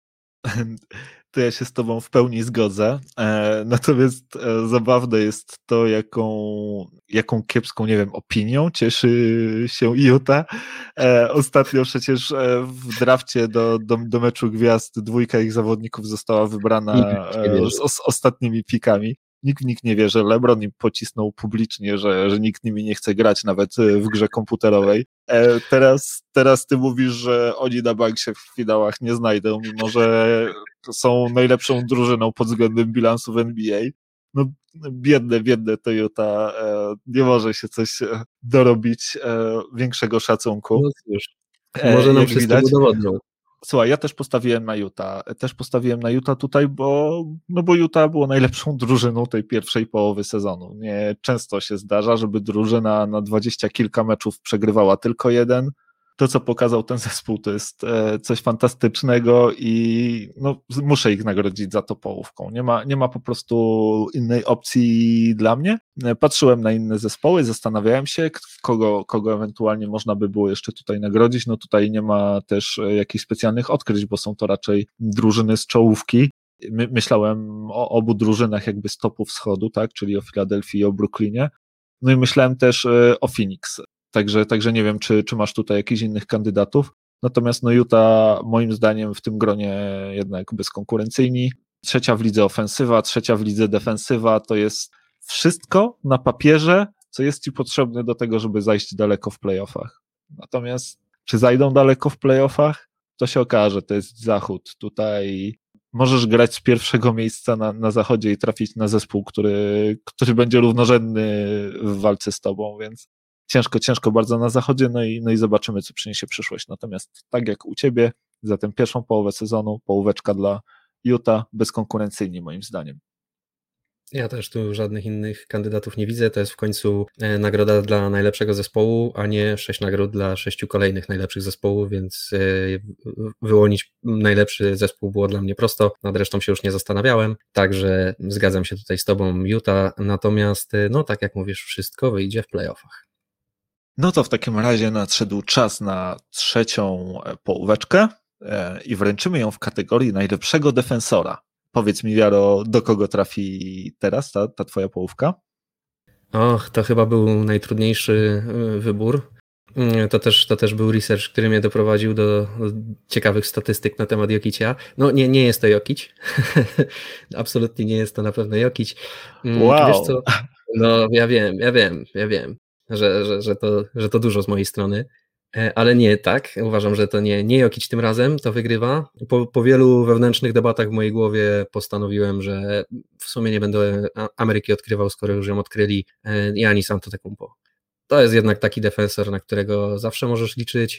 To ja się z tobą w pełni zgodzę, natomiast zabawne jest to, jaką kiepską, nie wiem, opinią cieszy się Utah. Ostatnio przecież w drafcie do meczu gwiazd dwójka ich zawodników została wybrana z ostatnimi pikami. Nikt nie wie, że LeBron im pocisnął publicznie, że nikt nimi nie chce grać nawet w grze komputerowej. Teraz ty mówisz, że oni na bank się w finałach nie znajdą, mimo że są najlepszą drużyną pod względem bilansu w NBA. No biedne to Utah nie może się coś dorobić większego szacunku. No cóż, może nam wszystkim udowodnią. Słuchaj, ja też postawiłem na Utah tutaj, bo Utah było najlepszą drużyną tej pierwszej połowy sezonu. Nie często się zdarza, żeby drużyna na 20 kilka meczów przegrywała tylko jeden. To, co pokazał ten zespół, to jest coś fantastycznego i no, muszę ich nagrodzić za to połówką. Nie ma po prostu innej opcji dla mnie. Patrzyłem na inne zespoły, zastanawiałem się, kogo ewentualnie można by było jeszcze tutaj nagrodzić. No tutaj nie ma też jakichś specjalnych odkryć, bo są to raczej drużyny z czołówki. myślałem o obu drużynach jakby z topu wschodu, tak, czyli o Filadelfii i o Brooklynie, no i myślałem też o Phoenix, także nie wiem, czy masz tutaj jakichś innych kandydatów, natomiast no Utah moim zdaniem w tym gronie jednak bezkonkurencyjni, trzecia w lidze ofensywa, trzecia w lidze defensywa, to jest wszystko na papierze, co jest ci potrzebne do tego, żeby zajść daleko w playoffach. Natomiast czy zajdą daleko w playoffach? To się okaże, to jest zachód. Tutaj możesz grać z pierwszego miejsca na zachodzie i trafić na zespół, który będzie równorzędny w walce z tobą, więc ciężko bardzo na zachodzie, no i zobaczymy, co przyniesie przyszłość. Natomiast tak jak u ciebie, za tę pierwszą połowę sezonu, połóweczka dla Utah, bezkonkurencyjni moim zdaniem. Ja też tu żadnych innych kandydatów nie widzę. To jest w końcu nagroda dla najlepszego zespołu, a nie 6 nagród dla 6 kolejnych najlepszych zespołów, więc wyłonić najlepszy zespół było dla mnie prosto. Nad resztą się już nie zastanawiałem, także zgadzam się tutaj z tobą, Utah. Natomiast, no tak jak mówisz, wszystko wyjdzie w playoffach. No to w takim razie nadszedł czas na trzecią połóweczkę i wręczymy ją w kategorii najlepszego defensora. Powiedz mi, Jaro, do kogo trafi teraz ta twoja połówka? Och, to chyba był najtrudniejszy wybór. To też był research, który mnie doprowadził do ciekawych statystyk na temat Jokicia. No nie jest to Jokic. Absolutnie nie jest to na pewno Jokic. Wow. Wiesz co? No ja wiem, że to dużo z mojej strony. Ale nie tak. Uważam, że to nie Jokic tym razem to wygrywa. Po wielu wewnętrznych debatach w mojej głowie postanowiłem, że w sumie nie będę Ameryki odkrywał, skoro już ją odkryli Giannis Antetokounmpo. To jest jednak taki defensor, na którego zawsze możesz liczyć.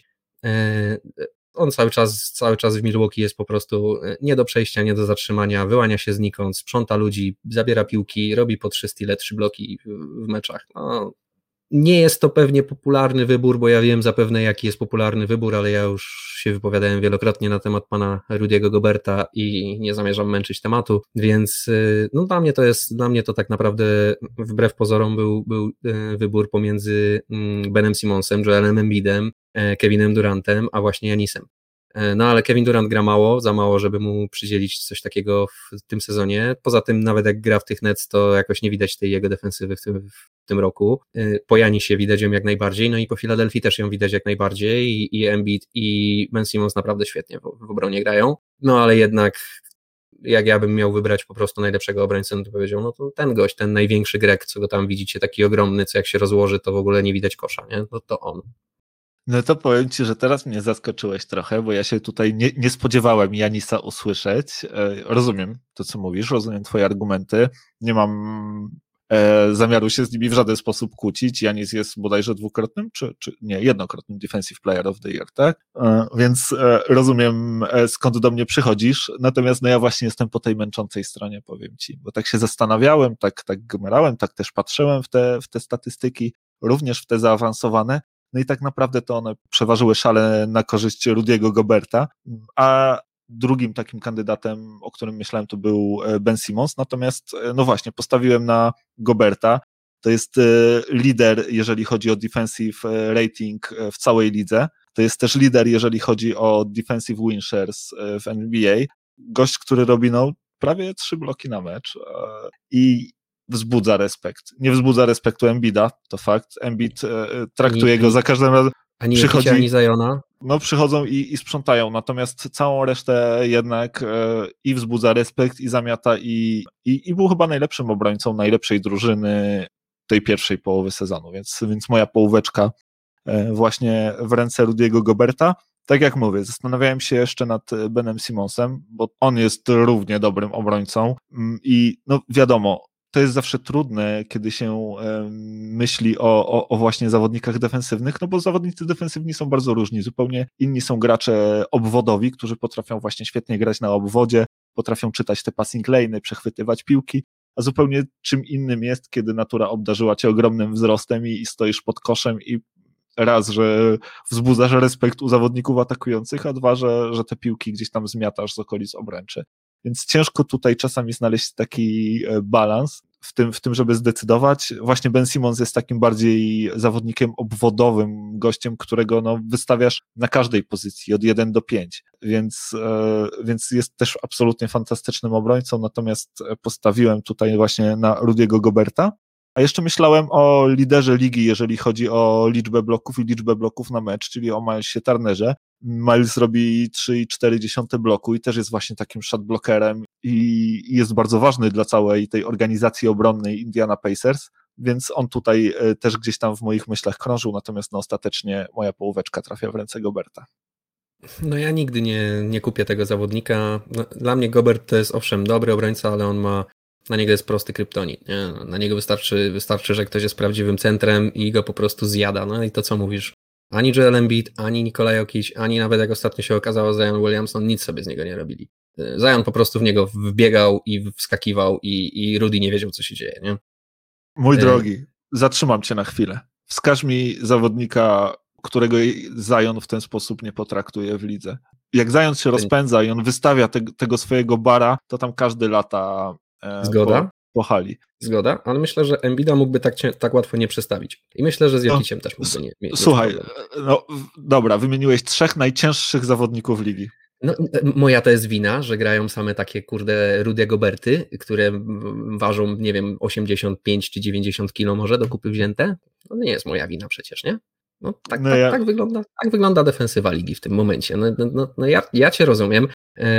On cały czas w Milwaukee jest po prostu nie do przejścia, nie do zatrzymania, wyłania się znikąd, sprząta ludzi, zabiera piłki, robi po 3 style, 3 bloki w meczach. No, nie jest to pewnie popularny wybór, bo ja wiem zapewne jaki jest popularny wybór, ale ja już się wypowiadałem wielokrotnie na temat pana Rudy'ego Goberta i nie zamierzam męczyć tematu, więc no dla mnie to tak naprawdę wbrew pozorom był wybór pomiędzy Benem Simmonsem, Joelem Embiidem, Kevinem Durantem, a właśnie Giannisem. No ale Kevin Durant gra mało, za mało, żeby mu przydzielić coś takiego w tym sezonie. Poza tym nawet jak gra w tych Nets, to jakoś nie widać tej jego defensywy w tym roku. Po Giannisie widać ją jak najbardziej, no i po Filadelfii też ją widać jak najbardziej i Embiid i Ben Simmons naprawdę świetnie w obronie grają. No ale jednak jak ja bym miał wybrać po prostu najlepszego obrońcę, to powiedział, no to ten gość, ten największy Grek, co go tam widzicie, taki ogromny, co jak się rozłoży, to w ogóle nie widać kosza, nie? No to on. No to powiem ci, że teraz mnie zaskoczyłeś trochę, bo ja się tutaj nie spodziewałem Giannisa usłyszeć. Rozumiem to, co mówisz, rozumiem twoje argumenty. Nie mam zamiaru się z nimi w żaden sposób kłócić. Giannis jest bodajże dwukrotnym, czy nie, jednokrotnym Defensive Player of the Year, tak? Więc rozumiem, skąd do mnie przychodzisz, natomiast no ja właśnie jestem po tej męczącej stronie, powiem ci, bo tak się zastanawiałem, tak gmerałem, tak też patrzyłem w te statystyki, również w te zaawansowane. No i tak naprawdę to one przeważyły szale na korzyść Rudy'ego Goberta, a drugim takim kandydatem, o którym myślałem, to był Ben Simmons, natomiast no właśnie, postawiłem na Goberta, to jest lider, jeżeli chodzi o defensive rating w całej lidze, to jest też lider, jeżeli chodzi o defensive win shares w NBA, gość, który robi no prawie 3 bloki na mecz i wzbudza respekt. Nie wzbudza respektu Embida, to fakt. Embiid traktuje go za każdym razem. Ani Jokicia, ani Ziona. No przychodzą i sprzątają, natomiast całą resztę jednak i wzbudza respekt, i zamiata, i był chyba najlepszym obrońcą najlepszej drużyny tej pierwszej połowy sezonu, więc moja połóweczka właśnie w ręce Rudy'ego Goberta. Tak jak mówię, zastanawiałem się jeszcze nad Benem Simmonsem, bo on jest równie dobrym obrońcą i no wiadomo, to jest zawsze trudne, kiedy się myśli o właśnie zawodnikach defensywnych, no bo zawodnicy defensywni są bardzo różni, zupełnie inni są gracze obwodowi, którzy potrafią właśnie świetnie grać na obwodzie, potrafią czytać te passing lane'y, przechwytywać piłki, a zupełnie czym innym jest, kiedy natura obdarzyła cię ogromnym wzrostem i stoisz pod koszem i raz, że wzbudzasz respekt u zawodników atakujących, a dwa, że te piłki gdzieś tam zmiatasz z okolic obręczy. Więc ciężko tutaj czasami znaleźć taki balans. w tym, żeby zdecydować. Właśnie Ben Simmons jest takim bardziej zawodnikiem obwodowym, gościem, którego no, wystawiasz na każdej pozycji od 1 do 5, więc jest też absolutnie fantastycznym obrońcą, natomiast postawiłem tutaj właśnie na Rudy'ego Goberta. A jeszcze myślałem o liderze ligi, jeżeli chodzi o liczbę bloków i liczbę bloków na mecz, czyli o Milesie Turnerze. Miles robi 3,4 bloku i też jest właśnie takim shotblockerem i jest bardzo ważny dla całej tej organizacji obronnej Indiana Pacers, więc on tutaj też gdzieś tam w moich myślach krążył, natomiast no, ostatecznie moja połóweczka trafia w ręce Goberta. No ja nigdy nie kupię tego zawodnika. No, dla mnie Gobert to jest owszem dobry obrońca, ale na niego jest prosty kryptonit. Nie? Na niego wystarczy, że ktoś jest prawdziwym centrem i go po prostu zjada. No i to co mówisz? Ani Joel Embiid, ani Nikola Jokic, ani nawet jak ostatnio się okazało Zion Williamson, nic sobie z niego nie robili. Zion po prostu w niego wbiegał i wskakiwał i Rudy nie wiedział, co się dzieje. Nie? Mój drogi, zatrzymam cię na chwilę. Wskaż mi zawodnika, którego Zion w ten sposób nie potraktuje w lidze. Jak Zion się rozpędza i on wystawia tego swojego bara, to tam każdy lata Zgoda? po hali. Zgoda, ale myślę, że Embida mógłby tak łatwo nie przestawić. I myślę, że z Jokiciem też mógłby nie mieć. Słuchaj, no dobra, wymieniłeś 3 najcięższych zawodników ligi. No, moja to jest wina, że grają same takie kurde rude Goberty, które ważą, nie wiem, 85 czy 90 kilo może do kupy wzięte. No nie jest moja wina przecież, nie? No, tak wygląda defensywa ligi w tym momencie. Ja cię rozumiem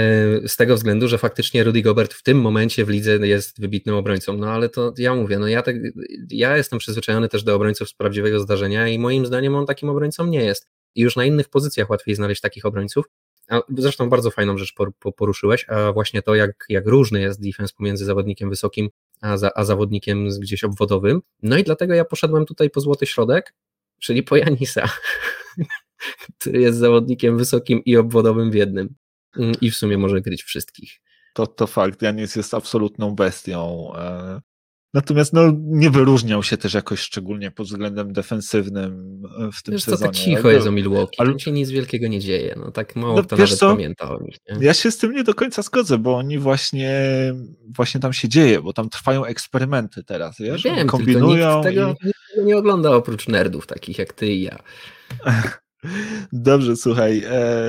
z tego względu, że faktycznie Rudy Gobert w tym momencie w lidze jest wybitnym obrońcą, no ale to ja mówię, no ja jestem przyzwyczajony też do obrońców z prawdziwego zdarzenia i moim zdaniem on takim obrońcą nie jest. I już na innych pozycjach łatwiej znaleźć takich obrońców. A zresztą bardzo fajną rzecz poruszyłeś, a właśnie to, jak różny jest defense pomiędzy zawodnikiem wysokim a zawodnikiem gdzieś obwodowym. No i dlatego ja poszedłem tutaj po złoty środek, czyli po Janisa, który jest zawodnikiem wysokim i obwodowym w jednym. I w sumie może kryć wszystkich. To fakt, Janis jest absolutną bestią. Natomiast no, nie wyróżniał się też jakoś szczególnie pod względem defensywnym w tym sezonie. To tak cicho jest o Milwaukee, tam się nic wielkiego nie dzieje. No, tak mało kto nawet pamięta o nich. Nie? Ja się z tym nie do końca zgodzę, bo oni właśnie tam się dzieje, bo tam trwają eksperymenty teraz, wiesz? Wiem, kombinują tylko nikt tego nie ogląda oprócz nerdów takich jak ty i ja. Dobrze, słuchaj,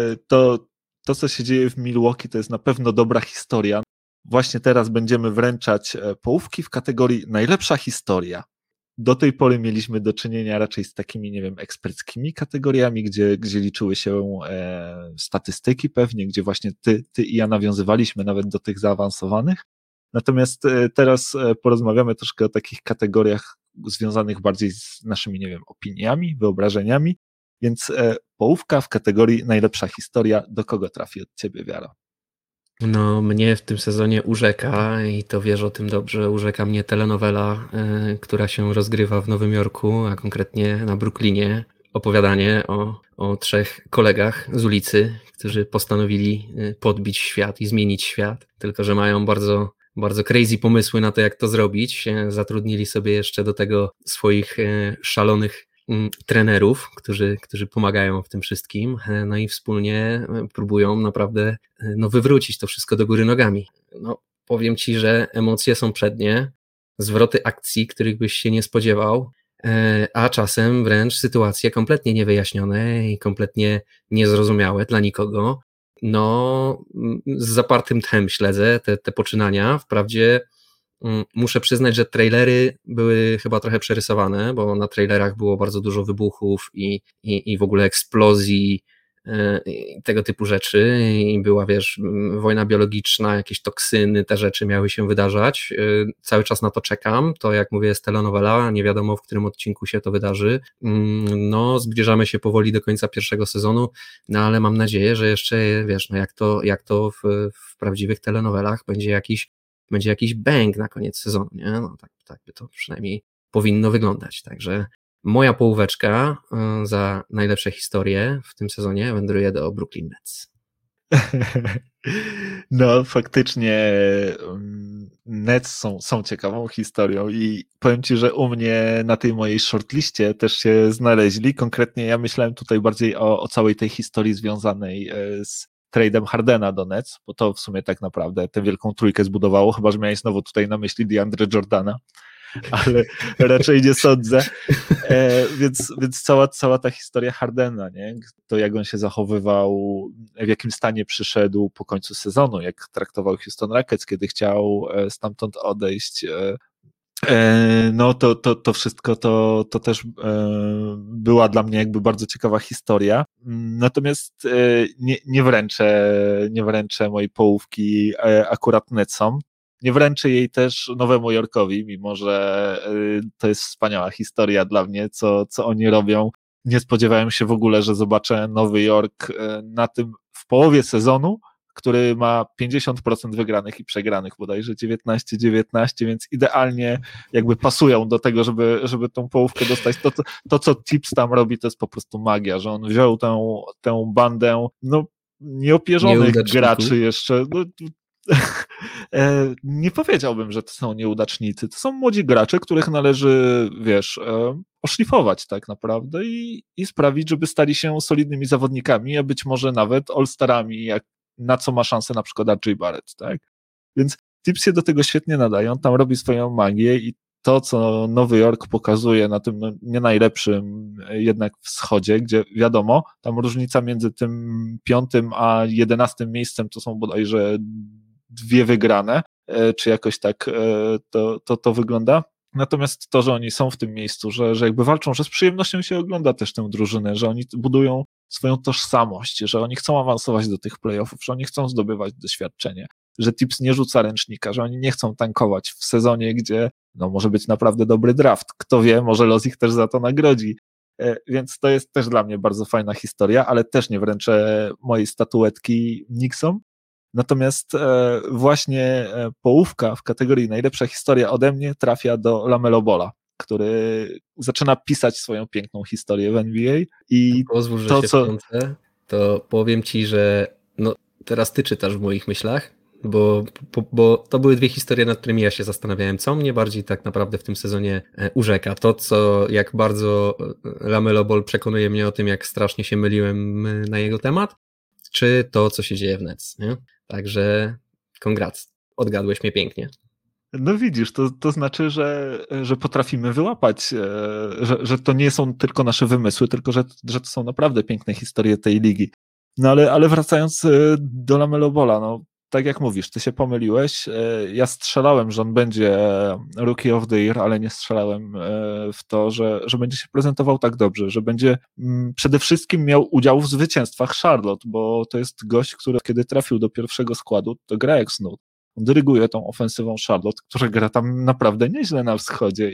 to co się dzieje w Milwaukee, to jest na pewno dobra historia. Właśnie teraz będziemy wręczać połówki w kategorii najlepsza historia. Do tej pory mieliśmy do czynienia raczej z takimi, nie wiem, eksperckimi kategoriami, gdzie liczyły się statystyki pewnie, gdzie właśnie ty i ja nawiązywaliśmy nawet do tych zaawansowanych. Natomiast teraz porozmawiamy troszkę o takich kategoriach związanych bardziej z naszymi, nie wiem, opiniami, wyobrażeniami. Więc połówka w kategorii najlepsza historia. Do kogo trafi od ciebie, Wiaro? No, mnie w tym sezonie urzeka i to wiesz o tym dobrze, urzeka mnie telenowela, która się rozgrywa w Nowym Jorku, a konkretnie na Brooklynie. Opowiadanie o 3 kolegach z ulicy, którzy postanowili podbić świat i zmienić świat, tylko że mają bardzo, bardzo crazy pomysły na to, jak to zrobić. Zatrudnili sobie jeszcze do tego swoich szalonych trenerów, którzy pomagają w tym wszystkim, no i wspólnie próbują naprawdę wywrócić to wszystko do góry nogami. No, powiem ci, że emocje są przednie, zwroty akcji, których byś się nie spodziewał, a czasem wręcz sytuacje kompletnie niewyjaśnione i kompletnie niezrozumiałe dla nikogo. No, z zapartym tchem śledzę te poczynania, wprawdzie muszę przyznać, że trailery były chyba trochę przerysowane, bo na trailerach było bardzo dużo wybuchów i w ogóle eksplozji i tego typu rzeczy i była, wiesz, wojna biologiczna, jakieś toksyny, te rzeczy miały się wydarzać. Cały czas na to czekam, to jak mówię jest telenowela, nie wiadomo w którym odcinku się to wydarzy. No, zbliżamy się powoli do końca pierwszego sezonu, no ale mam nadzieję, że jeszcze, wiesz, no jak to w prawdziwych telenowelach będzie jakiś bang na koniec sezonu, nie? No tak by to przynajmniej powinno wyglądać. Także moja połóweczka za najlepsze historie w tym sezonie wędruje do Brooklyn Nets. No, faktycznie Nets są ciekawą historią i powiem ci, że u mnie na tej mojej shortliście też się znaleźli. Konkretnie ja myślałem tutaj bardziej o całej tej historii związanej trade'em Hardena do Nets, bo to w sumie tak naprawdę tę wielką trójkę zbudowało, chyba że miałeś znowu tutaj na myśli DeAndre Jordana, ale raczej nie sądzę. Więc cała ta historia Hardena, nie? To jak on się zachowywał, w jakim stanie przyszedł po końcu sezonu, jak traktował Houston Rockets, kiedy chciał stamtąd odejść, no to wszystko to też była dla mnie jakby bardzo ciekawa historia. Natomiast nie wręczę mojej połówki akurat Netsom. Nie wręczę jej też Nowemu Jorkowi, mimo że to jest wspaniała historia dla mnie, co oni robią. Nie spodziewałem się w ogóle, że zobaczę Nowy Jork na tym w połowie sezonu, który ma 50% wygranych i przegranych, bodajże 19-19, więc idealnie jakby pasują do tego, żeby tą połówkę dostać. To, co Tips tam robi, to jest po prostu magia, że on wziął tę bandę nieopierzonych graczy jeszcze. Nie powiedziałbym, że to są nieudacznicy. To są młodzi gracze, których należy, oszlifować tak naprawdę i sprawić, żeby stali się solidnymi zawodnikami, a być może nawet all-starami, na co ma szansę na przykład RJ Barrett, tak? Więc Tips się do tego świetnie nadaje, on tam robi swoją magię i to, co Nowy Jork pokazuje na tym nie najlepszym jednak wschodzie, gdzie wiadomo, tam różnica między tym 5. a 11. miejscem to są bodajże 2 wygrane, czy jakoś tak to wygląda. Natomiast to, że oni są w tym miejscu, że jakby walczą, że z przyjemnością się ogląda też tę drużynę, że oni budują swoją tożsamość, że oni chcą awansować do tych playoffów, że oni chcą zdobywać doświadczenie, że Tips nie rzuca ręcznika, że oni nie chcą tankować w sezonie, gdzie może być naprawdę dobry draft. Kto wie, może los ich też za to nagrodzi. Więc to jest też dla mnie bardzo fajna historia, ale też nie wręczę mojej statuetki Knicksom. Natomiast właśnie połówka w kategorii najlepsza historia ode mnie trafia do LaMelo Balla, który zaczyna pisać swoją piękną historię w NBA i pozwól, że się wtrącę, to powiem ci, że teraz ty czytasz w moich myślach, bo to były 2 historie, nad którymi ja się zastanawiałem, co mnie bardziej tak naprawdę w tym sezonie urzeka. To, jak bardzo LaMelo Ball przekonuje mnie o tym, jak strasznie się myliłem na jego temat, czy to, co się dzieje w Nets, nie? Także congrats, odgadłeś mnie pięknie. No widzisz, to znaczy, że potrafimy wyłapać, że to nie są tylko nasze wymysły, tylko że to są naprawdę piękne historie tej ligi. No ale wracając do LaMelo Balla, tak jak mówisz, ty się pomyliłeś, ja strzelałem, że on będzie Rookie of the Year, ale nie strzelałem w to, że będzie się prezentował tak dobrze, że będzie przede wszystkim miał udział w zwycięstwach Charlotte, bo to jest gość, który kiedy trafił do pierwszego składu, to gra jak snut. On dyryguje tą ofensywą Charlotte, która gra tam naprawdę nieźle na wschodzie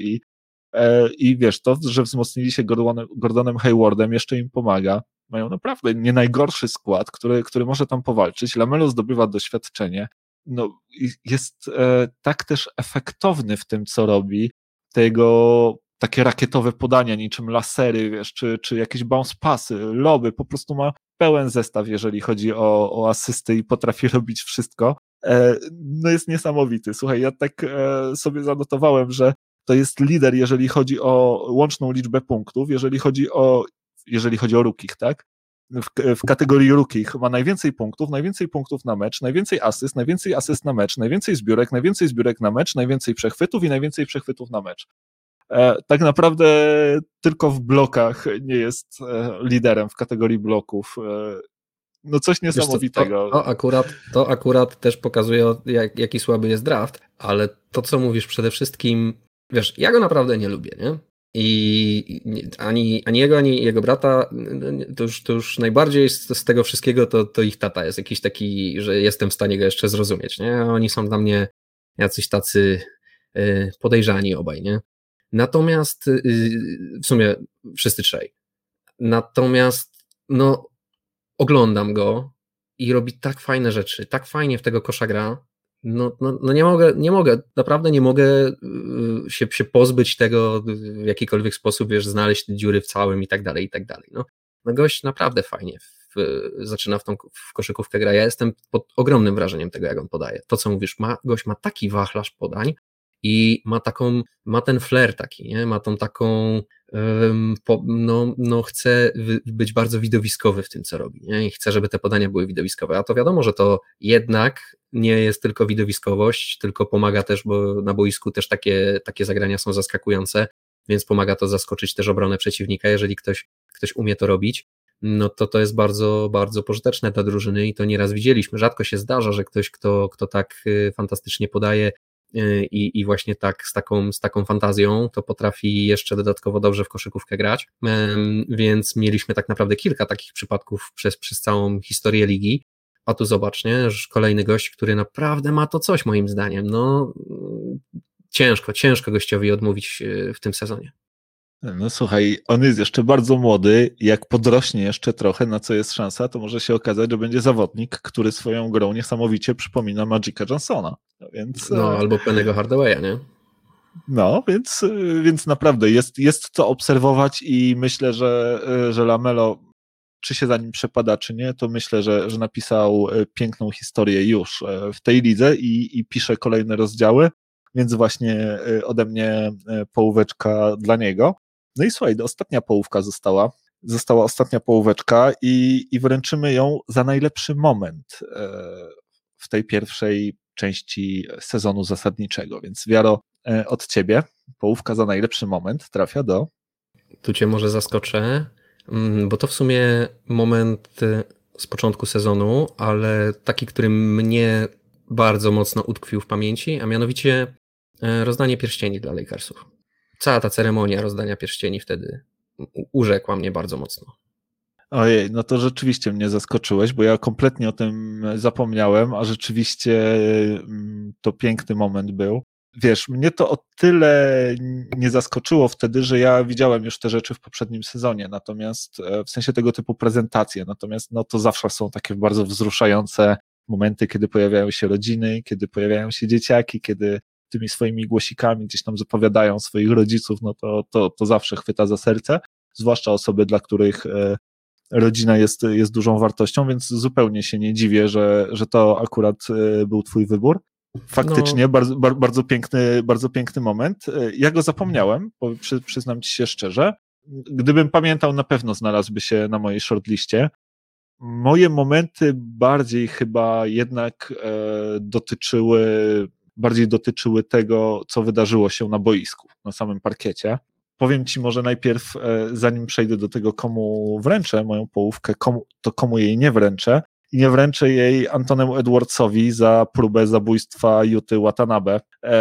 i wiesz, to, że wzmocnili się Gordonem Haywardem jeszcze im pomaga. Mają naprawdę nie najgorszy skład, który może tam powalczyć. LaMelo zdobywa doświadczenie. Jest tak też efektowny w tym, co robi. Te jego takie rakietowe podania, niczym lasery, wiesz, czy jakieś bounce passy, loby, po prostu ma pełen zestaw, jeżeli chodzi o asysty i potrafi robić wszystko. Jest niesamowity. Słuchaj, ja tak sobie zanotowałem, że to jest lider, jeżeli chodzi o łączną liczbę punktów, jeżeli chodzi o rookich, tak? W kategorii rookich ma najwięcej punktów na mecz, najwięcej asyst na mecz, najwięcej zbiórek na mecz, najwięcej przechwytów i najwięcej przechwytów na mecz. Tak naprawdę tylko w blokach nie jest liderem w kategorii bloków. Coś niesamowitego. To akurat też pokazuje, jaki słaby jest draft, ale to, co mówisz przede wszystkim, wiesz, ja go naprawdę nie lubię, nie? I ani jego, ani jego brata, to już najbardziej z tego wszystkiego to ich tata jest jakiś taki, że jestem w stanie go jeszcze zrozumieć, nie? Oni są dla mnie jacyś tacy podejrzani obaj, nie? Natomiast w sumie wszyscy trzej. Natomiast oglądam go i robi tak fajne rzeczy, tak fajnie w tego kosza gra. Naprawdę nie mogę się pozbyć tego w jakikolwiek sposób, wiesz, znaleźć te dziury w całym i tak dalej, i tak dalej. Gość naprawdę fajnie zaczyna w koszykówkę gra. Ja jestem pod ogromnym wrażeniem tego, jak on podaje. To, co mówisz, gość ma taki wachlarz podań i ma ten flair taki, nie? Ma tą taką, chce być bardzo widowiskowy w tym, co robi, nie? I chce, żeby te podania były widowiskowe, a to wiadomo, że to jednak nie jest tylko widowiskowość, tylko pomaga też, bo na boisku też takie zagrania są zaskakujące, więc pomaga to zaskoczyć też obronę przeciwnika, jeżeli ktoś umie to robić, no to jest bardzo, bardzo pożyteczne dla drużyny i to nieraz widzieliśmy. Rzadko się zdarza, że ktoś, kto tak fantastycznie podaje i właśnie tak z taką fantazją, to potrafi jeszcze dodatkowo dobrze w koszykówkę grać, więc mieliśmy tak naprawdę kilka takich przypadków przez całą historię ligi, a tu zobacz, nie? Kolejny gość, który naprawdę ma to coś moim zdaniem, no ciężko gościowi odmówić w tym sezonie. No słuchaj, on jest jeszcze bardzo młody, jak podrośnie jeszcze trochę, na co jest szansa, to może się okazać, że będzie zawodnik, który swoją grą niesamowicie przypomina Magica Johnsona. Albo Penny'ego Hardawaya, nie? No, więc naprawdę jest co obserwować i myślę, że Lamelo, czy się za nim przepada, czy nie, to myślę, że napisał piękną historię już w tej lidze i pisze kolejne rozdziały, więc właśnie ode mnie połóweczka dla niego. No i słuchaj, ostatnia połówka została ostatnia połóweczka i wręczymy ją za najlepszy moment w tej pierwszej części sezonu zasadniczego, więc Wiaro, od ciebie połówka za najlepszy moment trafia do... Tu cię może zaskoczę, bo to w sumie moment z początku sezonu, ale taki, który mnie bardzo mocno utkwił w pamięci, a mianowicie rozdanie pierścieni dla Lakersów. Cała ta ceremonia rozdania pierścieni wtedy urzekła mnie bardzo mocno. Ojej, no to rzeczywiście mnie zaskoczyłeś, bo ja kompletnie o tym zapomniałem, a rzeczywiście to piękny moment był. Wiesz, mnie to o tyle nie zaskoczyło wtedy, że ja widziałem już te rzeczy w poprzednim sezonie, natomiast w sensie tego typu prezentacje, natomiast no to zawsze są takie bardzo wzruszające momenty, kiedy pojawiają się rodziny, kiedy pojawiają się dzieciaki, kiedy tymi swoimi głosikami gdzieś tam zapowiadają swoich rodziców, no to zawsze chwyta za serce, zwłaszcza osoby, dla których rodzina jest dużą wartością, więc zupełnie się nie dziwię, że to akurat był twój wybór. Faktycznie bardzo piękny moment. Ja go zapomniałem, bo przyznam ci się szczerze. Gdybym pamiętał, na pewno znalazłby się na mojej shortliście. Moje momenty bardziej chyba jednak dotyczyły tego, co wydarzyło się na boisku, na samym parkiecie. Powiem ci może najpierw, zanim przejdę do tego, komu wręczę moją połówkę, komu jej nie wręczę. I nie wręczę jej Antonemu Edwardsowi za próbę zabójstwa Juty Watanabe,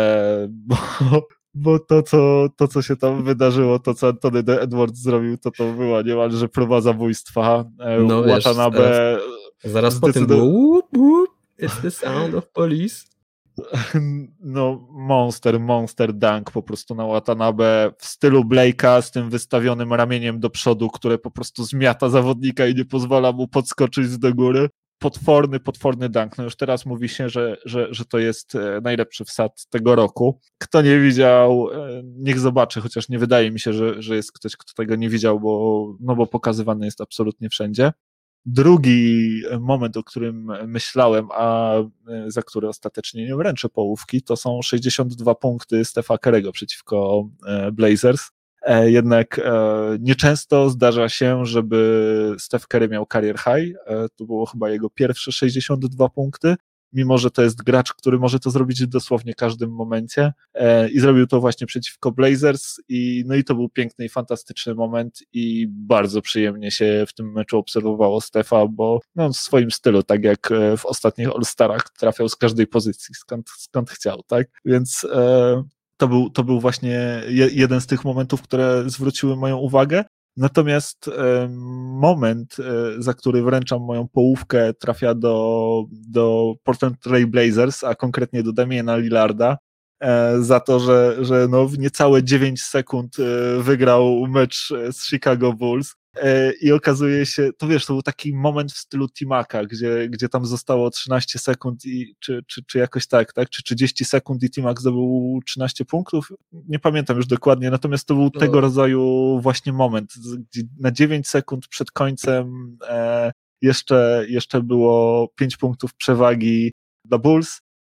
bo to, co się tam wydarzyło, to, co Antony Edwards zrobił, to była niemalże próba zabójstwa. No Watanabe... Zaraz po tym było whoop, whoop, it's the sound of police. No, monster dunk po prostu na Watanabe w stylu Blake'a z tym wystawionym ramieniem do przodu, które po prostu zmiata zawodnika i nie pozwala mu podskoczyć do góry. Potworny dunk. No już teraz mówi się, że to jest najlepszy wsad tego roku. Kto nie widział, niech zobaczy, chociaż nie wydaje mi się, że jest ktoś, kto tego nie widział, bo pokazywany jest absolutnie wszędzie. Drugi moment, o którym myślałem, a za który ostatecznie nie wręczę połówki, to są 62 punkty Stefa Curry'ego przeciwko Blazers. Jednak nieczęsto zdarza się, żeby Steph Curry miał career high. To było chyba jego pierwsze 62 punkty, mimo że to jest gracz, który może to zrobić w dosłownie każdym momencie i zrobił to właśnie przeciwko Blazers i to był piękny i fantastyczny moment i bardzo przyjemnie się w tym meczu obserwowało Stefa, bo w swoim stylu, tak jak w ostatnich All-Starach, trafiał z każdej pozycji, skąd chciał, tak? Więc to był właśnie jeden z tych momentów, które zwróciły moją uwagę. Natomiast moment, za który wręczam moją połówkę, trafia do Portland Trail Blazers, a konkretnie do Damiana Lillarda, za to, że w niecałe 9 sekund wygrał mecz z Chicago Bulls. I okazuje się, to był taki moment w stylu Timaka, gdzie tam zostało 13 sekund czy jakoś tak, czy 30 sekund i Timak zdobył 13 punktów, nie pamiętam już dokładnie, natomiast to był tego rodzaju właśnie moment, gdzie na 9 sekund przed końcem jeszcze było 5 punktów przewagi dla Bulls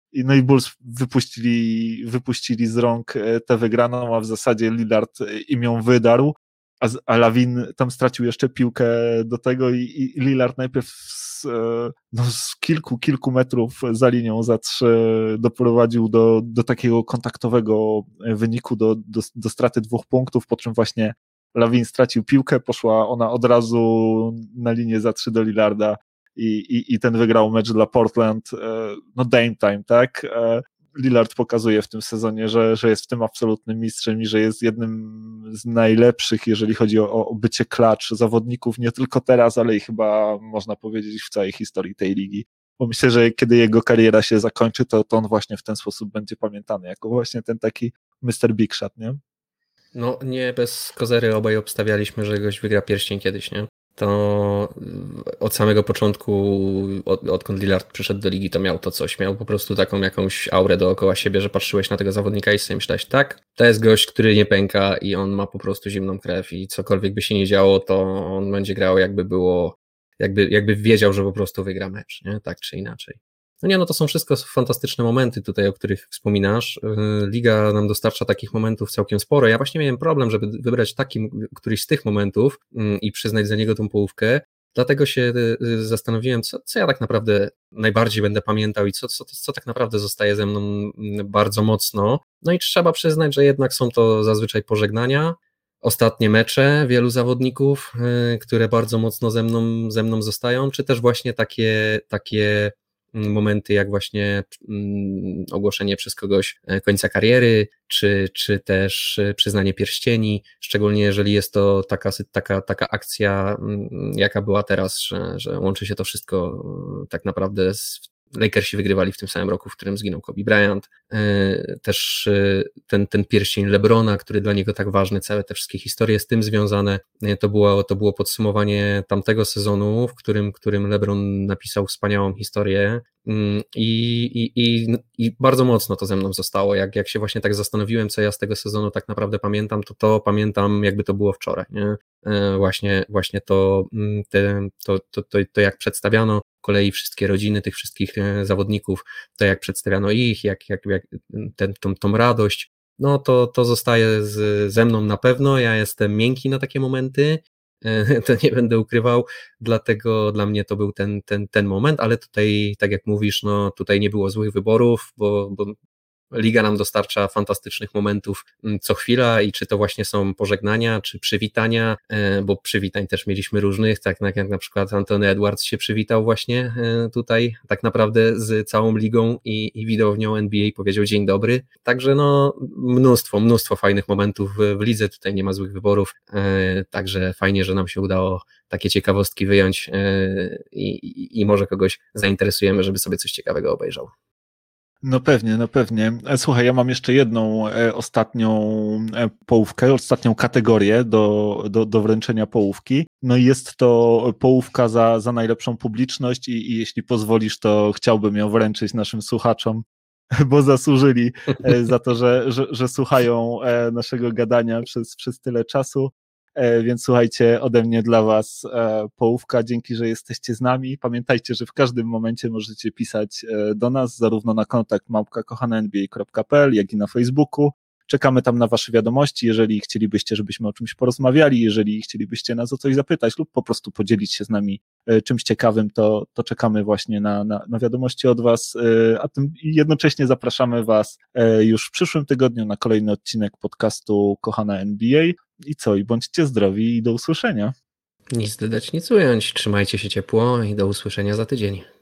No i Bulls wypuścili z rąk tę wygraną, a w zasadzie Lillard im ją wydarł, a Lavin tam stracił jeszcze piłkę do tego i Lillard najpierw z kilku metrów za linią za 3 doprowadził do takiego kontaktowego wyniku, do straty 2 punktów, po czym właśnie Lavin stracił piłkę, poszła ona od razu na linię za 3 do Lillarda i ten wygrał mecz dla Portland, no Dame time, tak? Lillard pokazuje w tym sezonie, że jest w tym absolutnym mistrzem i że jest jednym z najlepszych, jeżeli chodzi o bycie klacz zawodników, nie tylko teraz, ale i chyba można powiedzieć w całej historii tej ligi. Bo myślę, że kiedy jego kariera się zakończy, to on właśnie w ten sposób będzie pamiętany, jako właśnie ten taki Mr. Big Shot, nie? No nie bez kozery obaj obstawialiśmy, że goś wygra pierścień kiedyś, nie? To od samego początku, odkąd Lillard przyszedł do ligi, to miał to coś. Miał po prostu taką jakąś aurę dookoła siebie, że patrzyłeś na tego zawodnika i sobie myślałeś, tak, to jest gość, który nie pęka i on ma po prostu zimną krew i cokolwiek by się nie działo, to on będzie grał jakby było, jakby wiedział, że po prostu wygra mecz, nie? Tak czy inaczej. No nie, no to są wszystko fantastyczne momenty tutaj, o których wspominasz. Liga nam dostarcza takich momentów całkiem sporo. Ja właśnie miałem problem, żeby wybrać któryś z tych momentów i przyznać za niego tą połówkę. Dlatego się zastanowiłem, co ja tak naprawdę najbardziej będę pamiętał i co tak naprawdę zostaje ze mną bardzo mocno. No i trzeba przyznać, że jednak są to zazwyczaj pożegnania, ostatnie mecze wielu zawodników, które bardzo mocno ze mną zostają, czy też właśnie takie momenty jak właśnie ogłoszenie przez kogoś końca kariery, czy też przyznanie pierścieni, szczególnie jeżeli jest to taka akcja, jaka była teraz, że łączy się to wszystko tak naprawdę Lakersi wygrywali w tym samym roku, w którym zginął Kobe Bryant. Też ten pierścień LeBrona, który dla niego tak ważny, całe te wszystkie historie z tym związane, to było podsumowanie tamtego sezonu, w którym LeBron napisał wspaniałą historię i bardzo mocno to ze mną zostało. Jak się właśnie tak zastanowiłem, co ja z tego sezonu tak naprawdę pamiętam, to pamiętam, jakby to było wczoraj, nie? Właśnie to jak przedstawiano kolei wszystkie rodziny tych wszystkich zawodników, to jak przedstawiano ich, jak tą radość, no to zostaje ze mną na pewno. Ja jestem miękki na takie momenty, to nie będę ukrywał, dlatego dla mnie to był ten moment, ale tutaj, tak jak mówisz, no tutaj nie było złych wyborów, bo Liga nam dostarcza fantastycznych momentów co chwila i czy to właśnie są pożegnania, czy przywitania, bo przywitań też mieliśmy różnych, tak jak na przykład Anthony Edwards się przywitał właśnie tutaj tak naprawdę z całą ligą i widownią NBA, powiedział dzień dobry, także no mnóstwo fajnych momentów w lidze, tutaj nie ma złych wyborów, także fajnie, że nam się udało takie ciekawostki wyjąć i może kogoś zainteresujemy, żeby sobie coś ciekawego obejrzał. No pewnie. Słuchaj, ja mam jeszcze jedną ostatnią połówkę, ostatnią kategorię do wręczenia połówki. No i jest to połówka za najlepszą publiczność i jeśli pozwolisz, to chciałbym ją wręczyć naszym słuchaczom, bo zasłużyli za to, że słuchają naszego gadania przez tyle czasu. Więc słuchajcie, ode mnie dla was połówka, dzięki, że jesteście z nami. Pamiętajcie, że w każdym momencie możecie pisać do nas, zarówno na kontakt @kochane.nba.pl, jak i na Facebooku. Czekamy tam na wasze wiadomości, jeżeli chcielibyście, żebyśmy o czymś porozmawiali, jeżeli chcielibyście nas o coś zapytać lub po prostu podzielić się z nami czymś ciekawym, to czekamy właśnie na wiadomości od was, a tym jednocześnie zapraszamy was już w przyszłym tygodniu na kolejny odcinek podcastu Kochana NBA. I co? I bądźcie zdrowi i do usłyszenia. Nic dodać, nic ująć. Trzymajcie się ciepło i do usłyszenia za tydzień.